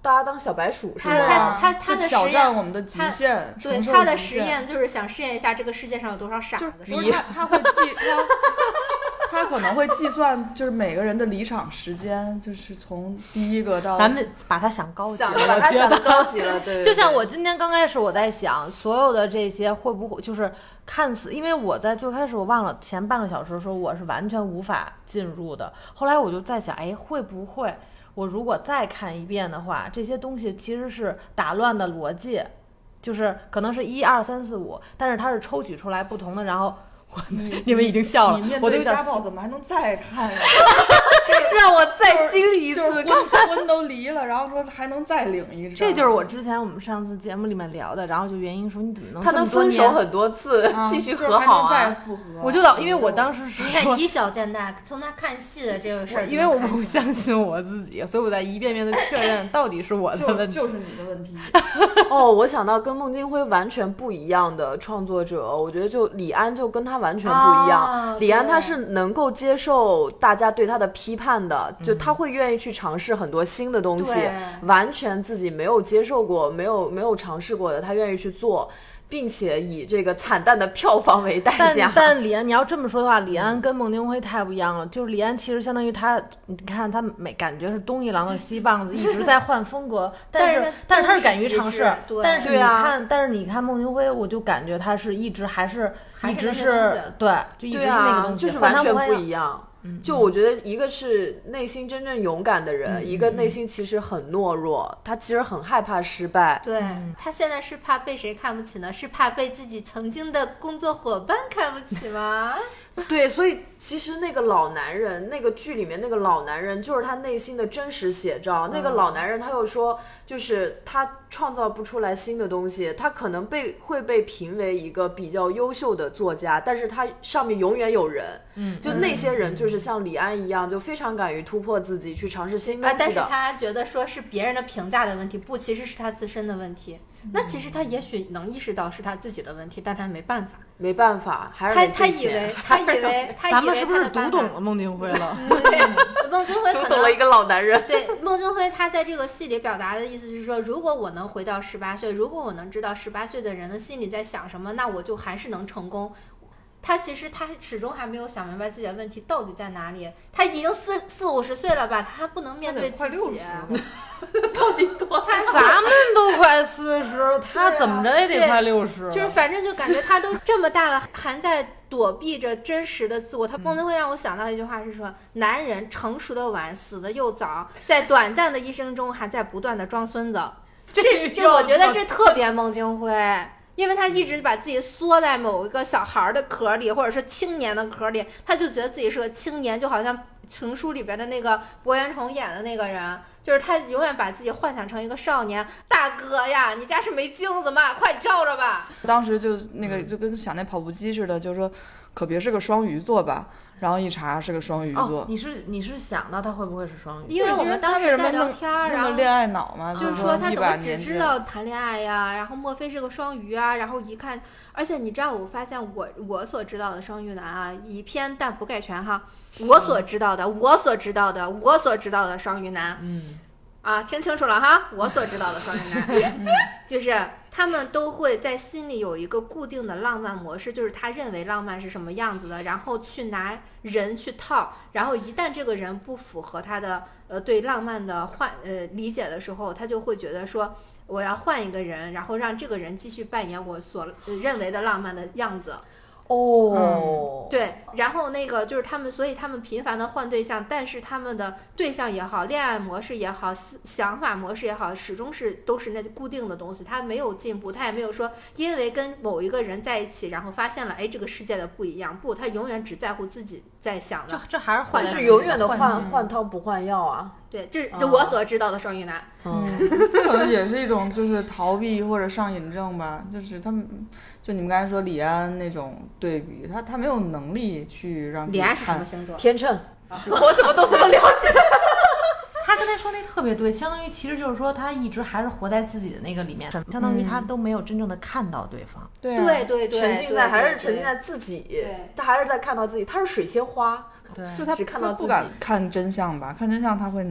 大家当小白鼠是他吧？ 他他他的实挑战验， 我们的极限， 对承受他的极限实验就是想试验一下这个世界上有多少傻子。 不是他他会计他他可能会计算，就是每个人的离场时间，就是从第一个到咱们把他想高级了， 想把他想的高级了，对, 对, 对。 就像我今天刚开始我在想，所有的这些会不会就是看似，因为我在最开始我忘了前半个小时的时候我是完全无法进入的，后来我就在想，哎，会不会我如果再看一遍的话，这些东西其实是打乱的逻辑，就是可能是一二三四五，但是它是抽取出来不同的，然后。 你你们已经笑了， 你面我对家暴怎么还能再看呀？ 让我再经历一次， 就是婚婚都离了，然后说还能再领一张。 这就是我之前我们上次节目里面聊的，然后就原因说你怎么能他能分手很多次， 啊、 继续和好、啊， 再复合。 我就老因为我当时是你看以小见大，从他看戏的这个事儿， 因为我不相信我自己，所以我在一遍遍的确认到底是我的问题， 就, 就是你的问题。 哦，我想到跟孟京辉完全不一样的创作者，我觉得就李安就跟他完全不一样。 哦、 李安他是能够接受大家对他的批判的，就他会愿意去尝试很多新的东西，完全自己没有接受过、没有没有尝试过的，他愿意去做。并且以这个惨淡的票房为代价。 但但李安，你要这么说的话，李安跟孟京辉太不一样了。就是李安其实相当于他，你看他每感觉是东一榔头西一棒子，一直在换风格，但是但是他是敢于尝试。但是你看，啊、但是你看孟京辉，我就感觉他是一直还是一直是对，就一直是那个东西， 就是完全不一样。就我觉得一个是内心真正勇敢的人、嗯、一个内心其实很懦弱，他其实很害怕失败。 对、嗯、他现在是怕被谁看不起呢？是怕被自己曾经的工作伙伴看不起吗？ 对，所以其实那个老男人，那个剧里面那个老男人就是他内心的真实写照、嗯、那个老男人他又说就是他创造不出来新的东西，他可能被会被评为一个比较优秀的作家，但是他上面永远有人，嗯，就那些人就是像李安一样，就非常敢于突破自己去尝试新东西的、啊、 但是他觉得说是别人的评价的问题，不，其实是他自身的问题、嗯、那其实他也许能意识到是他自己的问题，但他没办法没办法，还是他他以为他以为他以为咱们是不是读懂了孟京辉了？ 对，孟京辉读懂了一个老男人。 对，孟京辉他在这个戏里表达的意思是说，如果我能回到十八岁，如果我能知道十八岁的人的心里在想什么，那我就还是能成功。他其实他始终还没有想明白自己的问题到底在哪里。他已经四四五十岁了吧，他还不能面对自己。 快六十了， 到底多大？ 咱们都快四十，他怎么着也得快六十。 就是反正就感觉他都这么大了，还在躲避着真实的自我。他孟京辉让我想到的一句话是说，男人成熟的晚，死的又早，在短暂的一生中还在不断的装孙子。这这我觉得这特别孟京辉。因为他一直把自己缩在某一个小孩的壳里，或者是青年的壳里，他就觉得自己是个青年，就好像情书里边的那个柏原崇演的那个人，就是他永远把自己幻想成一个少年。大哥呀，你家是没镜子吗？快照着吧。 当时就那个就跟想那跑步机似的，就是说可别是个双鱼座吧，然后一查是个双鱼座。 哦、你是你是想到他会不会是双鱼？ 因为我们当时在聊天，然后恋爱脑嘛， 就是说他怎么只知道谈恋爱呀？然后莫非是个双鱼啊？然后一看，而且你知道，我发现我我所知道的双鱼男啊，以偏但不概全哈。我所知道的，嗯、我所知道的，我所知道的双鱼男，嗯，啊，听清楚了哈，我所知道的双鱼男，嗯、就是他们都会在心里有一个固定的浪漫模式，就是他认为浪漫是什么样子的，然后去拿人去套，然后一旦这个人不符合他的呃对浪漫的换呃理解的时候，他就会觉得说我要换一个人，然后让这个人继续扮演我所认为的浪漫的样子。 哦、 嗯，对，然后那个就是他们，所以他们频繁的换对象，但是他们的对象也好，恋爱模式也好，想法模式也好，始终是都是那固定的东西，他没有进步，他也没有说因为跟某一个人在一起，然后发现了哎这个世界的不一样，不，他永远只在乎自己在想的， 这这还是换，是永远的换换汤不换药啊。 对，这这我所知道的双鱼男， 嗯，这可能也是一种就是逃避或者上瘾症吧，就是他们。就你们刚才说李安那种对比，他他没有能力去让自己看。 李安是什么星座？ 天秤。我怎么都这么了解？ 他刚才说那特别对，相当于其实就是说他一直还是活在自己的那个里面，相当于他都没有真正的看到对方。 对、啊、对对对， 沉浸在还是沉浸在自己， 对， 他还是在看到自己，他是水仙花。 对， 就他只看到自己， 不敢看真相吧？看真相他会难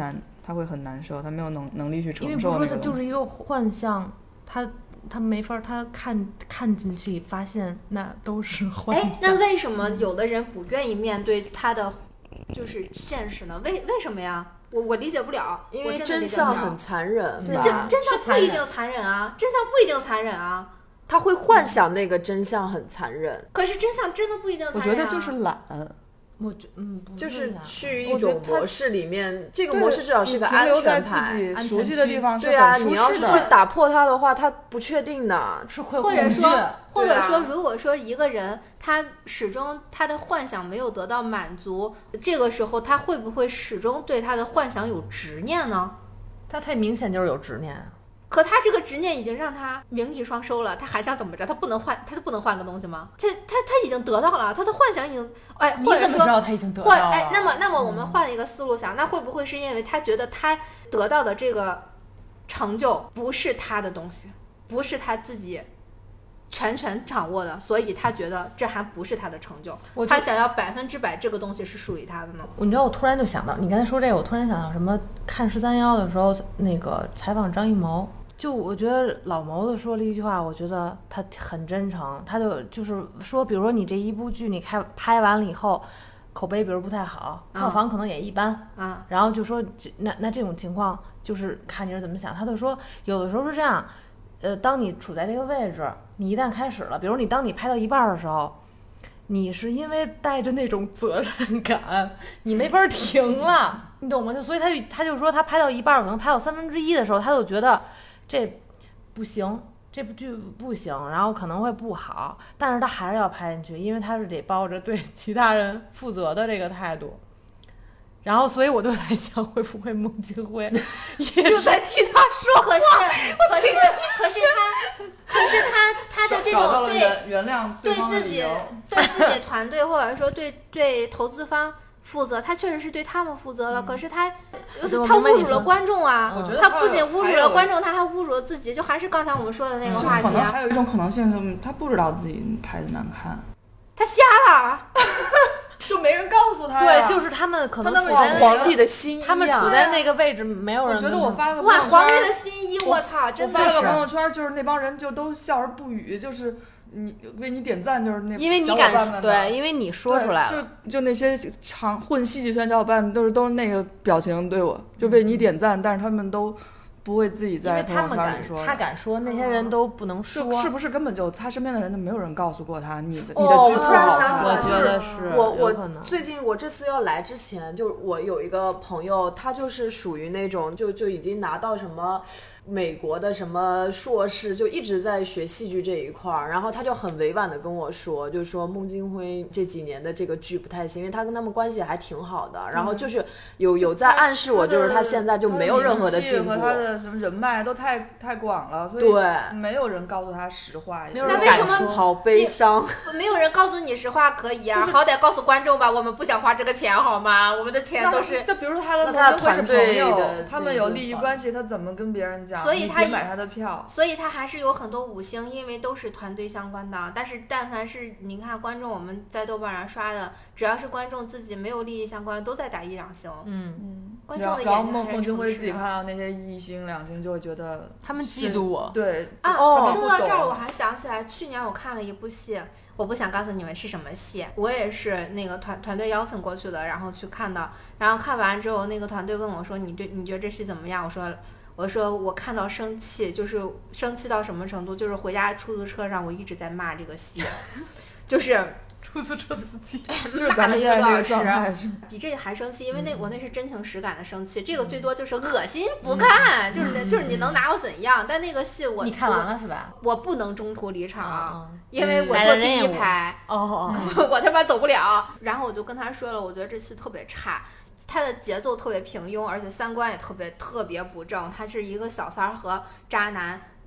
他会很难受，他没有能能力去承受因为不是说他那个东西。 就是一个幻象，他他没法，他看看进去发现那都是幻象。 哎，那为什么有的人不愿意面对他的就是现实呢？为为什么呀？我我理解不了， 因为我真的真相理解不了很残忍对， 吧， 真真相是残忍不一定残忍啊，真相不一定残忍啊。 他会幻想那个真相很残忍， 可是真相真的不一定残我忍、啊。 觉得就是懒， 我觉嗯，不就是这样去一种我觉得他模式里面，这个对模式至少是个你停安留在自全牌。 己安熟悉的全区地方是对啊， 很舒你要是去适的。 打破它的话，它不确定的。 是会或者恐惧说，或者对啊说，如果说一个人他始终他的幻想没有得到满足，这个时候他会不会始终对他的幻想有执念呢？ 他太明显就是有执念。 可他这个执念已经让他名利双收了，他还想怎么着？他不能换，他就不能换个东西吗？他他他已经得到了，他的幻想已经，哎， 你或者怎么知道说， 他已经得到了？ 或哎，那么那么我们换一个思路想，那会不会是因为他觉得他得到的这个成就不是他的东西，不是他自己全权掌握的，所以他觉得这还不是他的成就， 我就他想要百分之百这个东西是属于他的呢？ 你知道，我突然就想到，你刚才说这个，我突然想到什么？看十三幺的时候，那个采访张艺谋，就我觉得老谋子说了一句话，我觉得他很真诚。他就就是说，比如说你这一部剧你开拍完了以后，口碑比如不太好，票房可能也一般， 嗯， 然后就说这那那这种情况就是看你是怎么想。他就说有的时候是这样，呃，当你处在这个位置，你一旦开始了，比如你当你拍到一半的时候。你是因为带着那种责任感，你没法停了，你懂吗？就所以他就他就说他拍到一半，可能拍到三分之一的时候，他就觉得这不行，这部剧不行，然后可能会不好，但是他还是要拍进去，因为他是得抱着对其他人负责的这个态度。然后，所以我就在想，会不会孟京辉也是在替他说可是可是可是他可是他他的这找到了种对原原谅对方的自己理由。 对自己团队或者说对对投资方负责，他确实是对他们负责了。可是他我他明白你说侮辱了观众啊！ 我觉得他不仅侮还有辱了观众，他还侮辱了自己。就还是刚才我们说的那个就话题啊， 可能还有一种可能性，就是他不知道自己拍的难看， 他瞎了。 就没人告诉他呀。 对，就是他们可能他那么处在那皇个帝的心意啊， 他们处在那个位置，没有人我觉跟他。 得我发了个朋哇， 友皇帝圈的新衣，我操， 我真的是发了个朋友圈，就是那帮人就都笑而不语，就是你为你点赞，就是那因为你小伙伴敢们对，因为你说出来了， 就就那些常混戏剧圈小伙伴都是都是那个表情对我，就为你点赞，但是他们都不会自己因在朋友为他们敢圈里说， 他敢说，那些人都不能说， 是不是根本就他身边的人都没有人告诉过他你的、 哦你的剧我突然不好看想起来我觉得是我我有可能最近我这次要来之前，就我有一个朋友，他就是属于那种就就已经拿到什么美国的什么硕士，就一直在学戏剧这一块儿，然后他就很委婉的跟我说，就说孟京辉这几年的这个剧不太行，因为他跟他们关系还挺好的，然后就是有有在暗示我，就是他现在就没有任何的进步， 和他的什么人脉都太太广了，所以对没有人告诉他实话， 没有人敢那为什么说好悲伤。 没有人告诉你实话可以啊，好歹告诉观众吧，我们不想花这个钱好吗？我们的钱都是。 就比如说他的那他的孟京辉是团队朋友的他们有利益关系，他怎么跟别人讲？ 所以他你别买他的票。 所以他还是有很多五星，因为都是团队相关的。但是但凡是你看观众，我们在豆瓣上刷的，只要是观众自己没有利益相关，都在打一两星。 嗯， 嗯， 观众的然后眼睛还是孟孟京辉诚实的自己看到那些一星两星，就会觉得他们是嫉妒我。 对啊， 哦说到这儿， 不懂我还想起来，去年我看了一部戏，我不想告诉你们是什么戏，我也是那个团团队邀请过去的，然后去看的，然后看完之后，那个团队问我说：“你对你觉得这戏怎么样？”我说。我说我看到生气，就是生气到什么程度？就是回家出租车上，我一直在骂这个戏，就是出租车司机， 就是咱们现在这个状态是。 比这个还生气，因为那我那是真情实感的生气，这个嗯最多就是恶心不看，就是就是你能拿我怎样？但那个戏我你看完了是吧？ 我，我不能中途离场， 嗯嗯因为我来坐第一了任务排， 哦哦， 我他妈走不了。然后我就跟他说了，我觉得这戏特别差。他的节奏特别平庸，而且三观也特别特别不正。他是一个小三儿和渣男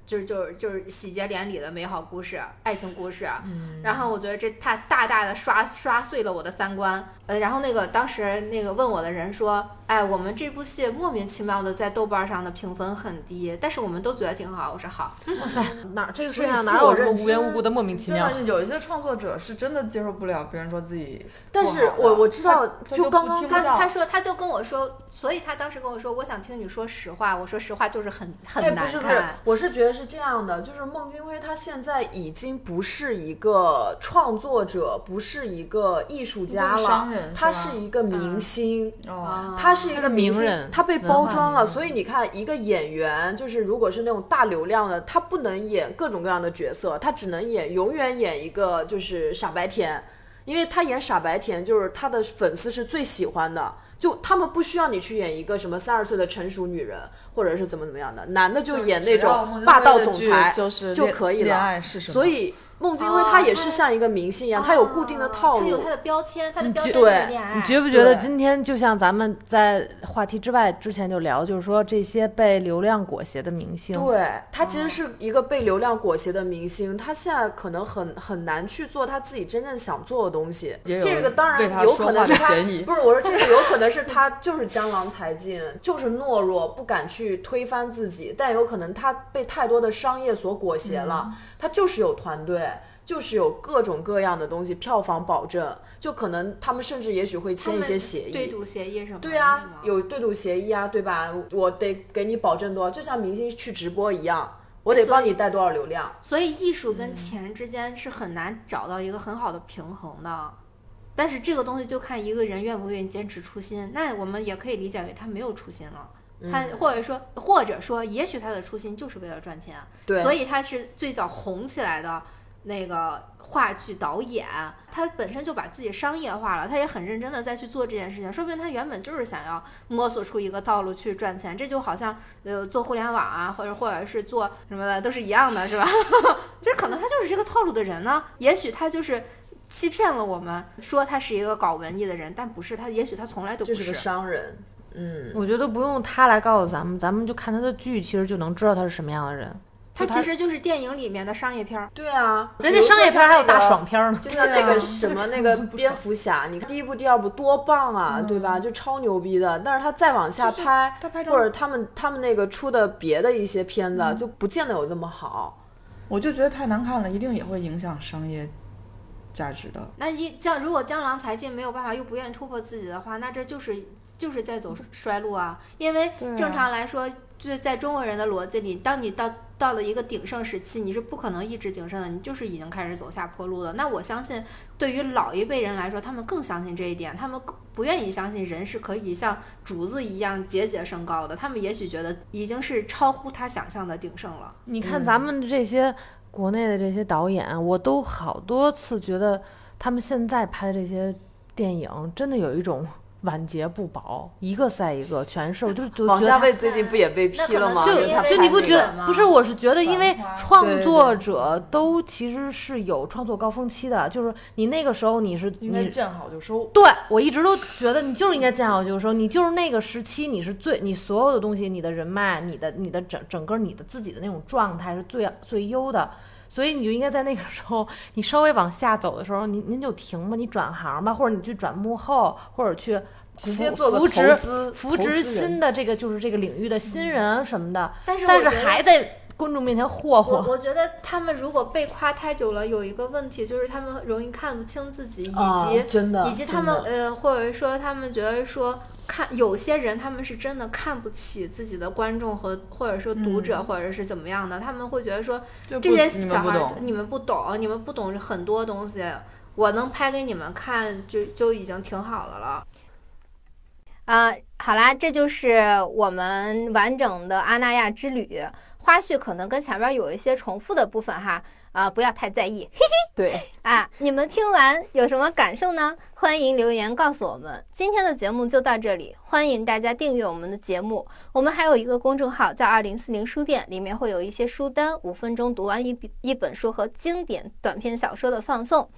就是就是就是喜结连理的美好故事，爱情故事。嗯，然后我觉得这他大大的刷刷碎了我的三观。呃，然后那个当时那个问我的人说，哎，我们这部戏莫名其妙的在豆瓣上的评分很低，但是我们都觉得挺好。我说好。 哇塞，哪这个世界上哪有什么无缘无故的莫名其妙？ 有一些创作者是真的接受不了别人说自己， 但是我我知道， 就刚刚他他说他就跟我说，所以他当时跟我说，我想听你说实话。我说实话就是很很难看。 不是不是，我是觉得是这样的，就是孟京辉他现在已经不是一个创作者，不是一个艺术家了，他是一个明星， 哦、 他是一个明星， 名人， 他被包装了。所以你看，一个演员就是如果是那种大流量的，他不能演各种各样的角色，他只能演永远演一个就是傻白甜。因为他演傻白甜，就是他的粉丝是最喜欢的，就他们不需要你去演一个什么三十岁的成熟女人，或者是怎么怎么样的，男的就演那种霸道总裁就可以了。所以孟京辉他也是像一个明星一样， 哦、 他有固定的套路， 他有他的标签，他的标签就是恋爱。 你觉不觉得今天就像咱们在话题之外之前就聊，就是说这些被流量裹挟的明星， 对，他其实是一个被流量裹挟的明星，他现在可能很很难去做他自己真正想做的东西。这个当然有可能是他，不是我说这个有可能是他就是江郎才尽，就是懦弱，不敢去推翻自己，但有可能他被太多的商业所裹挟了，嗯、他就是有团队。就是有各种各样的东西，票房保证，就可能他们甚至也许会签一些协议， 对赌协议什么的。 对啊，有对赌协议啊，对吧？我得给你保证多少，就像明星去直播一样，我得帮你带多少流量。 所以艺术跟钱之间是很难找到一个很好的平衡的。嗯、但是这个东西就看一个人愿不愿意坚持初心。那我们也可以理解为他没有初心了。他或者说或者说，也许他的初心就是为了赚钱， 对， 所以他是最早红起来的。那个话剧导演，他本身就把自己商业化了，他也很认真的在去做这件事情，说不定他原本就是想要摸索出一个道路去赚钱。这就好像呃做互联网啊，或者或者是做什么的都是一样的，是吧？这可能他就是这个套路的人呢，也许他就是欺骗了我们，说他是一个搞文艺的人，但不是，他也许他从来都不是， 就是个商人。嗯， 我觉得不用他来告诉咱们，咱们就看他的剧，其实就能知道他是什么样的人。 它其实就是电影里面的商业片。 对啊， 人家商业片还有大爽片呢， 就像那个什么那个蝙蝠侠，你看第一部、第二部多棒啊，对吧？就超牛逼的。但是他再往下拍，或者他们他们那个出的别的一些片子，就不见得有这么好。 我就觉得太难看了，一定也会影响商业价值的。 那一江如果江郎才尽没有办法又不愿意突破自己的话，那这就是就是在走衰路啊。因为正常来说，就在中国人的逻辑里，当你到到了一个鼎盛时期，你是不可能一直鼎盛的，你就是已经开始走下坡路的。那我相信对于老一辈人来说，他们更相信这一点，他们不愿意相信人是可以像竹子一样节节升高的，他们也许觉得已经是超乎他想象的鼎盛了。 你看咱们这些国内的这些导演、嗯、我都好多次觉得他们现在拍的这些电影真的有一种晚节不保，一个赛一个，全是，我就就王家卫最近不也被批了吗？ 就就你不觉得？不是，我是觉得，因为创作者都其实是有创作高峰期的，就是你那个时候你是应该见好就收。 对，我一直都觉得你就是应该见好就收，你就是那个时期你是最，你所有的东西，你的人脉，你的你的整整个你的自己的那种状态是最最优的。所以你就应该在那个时候，你稍微往下走的时候，您您就停吧，你转行吧，或者你去转幕后，或者去直接做个扶植资扶植新的这个就是这个领域的新人什么的。 嗯、但是但是还在观众面前霍霍。 我我觉得他们如果被夸太久了，有一个问题就是他们容易看不清自己，以及、 啊、真的以及他们呃，或者说他们觉得说。看有些人他们是真的看不起自己的观众和或者说读者、嗯、或者是怎么样的，他们会觉得说这些小孩你们不懂，你们不懂很多东西，我能拍给你们看就就已经挺好的了。啊、呃，好啦，这就是我们完整的阿那亚之旅，花絮可能跟前面有一些重复的部分哈。啊、呃，不要太在意，嘿嘿。 对啊，你们听完有什么感受呢？欢迎留言告诉我们。今天的节目就到这里，欢迎大家订阅我们的节目。我们还有一个公众号叫二零四零书店，里面会有一些书单，五分钟读完一一本书和经典短篇小说的放送。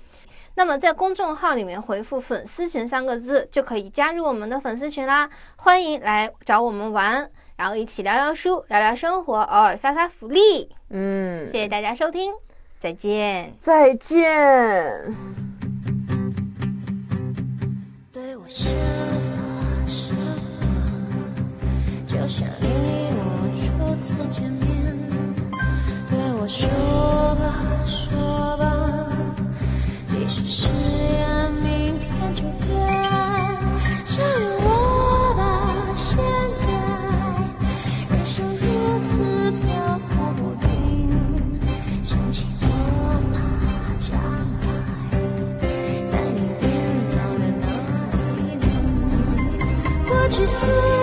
那么在公众号里面回复粉丝群三个字就可以加入我们的粉丝群啦，欢迎来找我们玩，然后一起聊聊书，聊聊生活，偶尔发发福利。 嗯， 谢谢大家收听，再见。 再见。 对我什么什么，就像你我初次见面。对我说吧说吧，即使誓言明天就变。想我吧，现在人生如此飘忽不定，想起我怕将来在你变老的那一年，过去所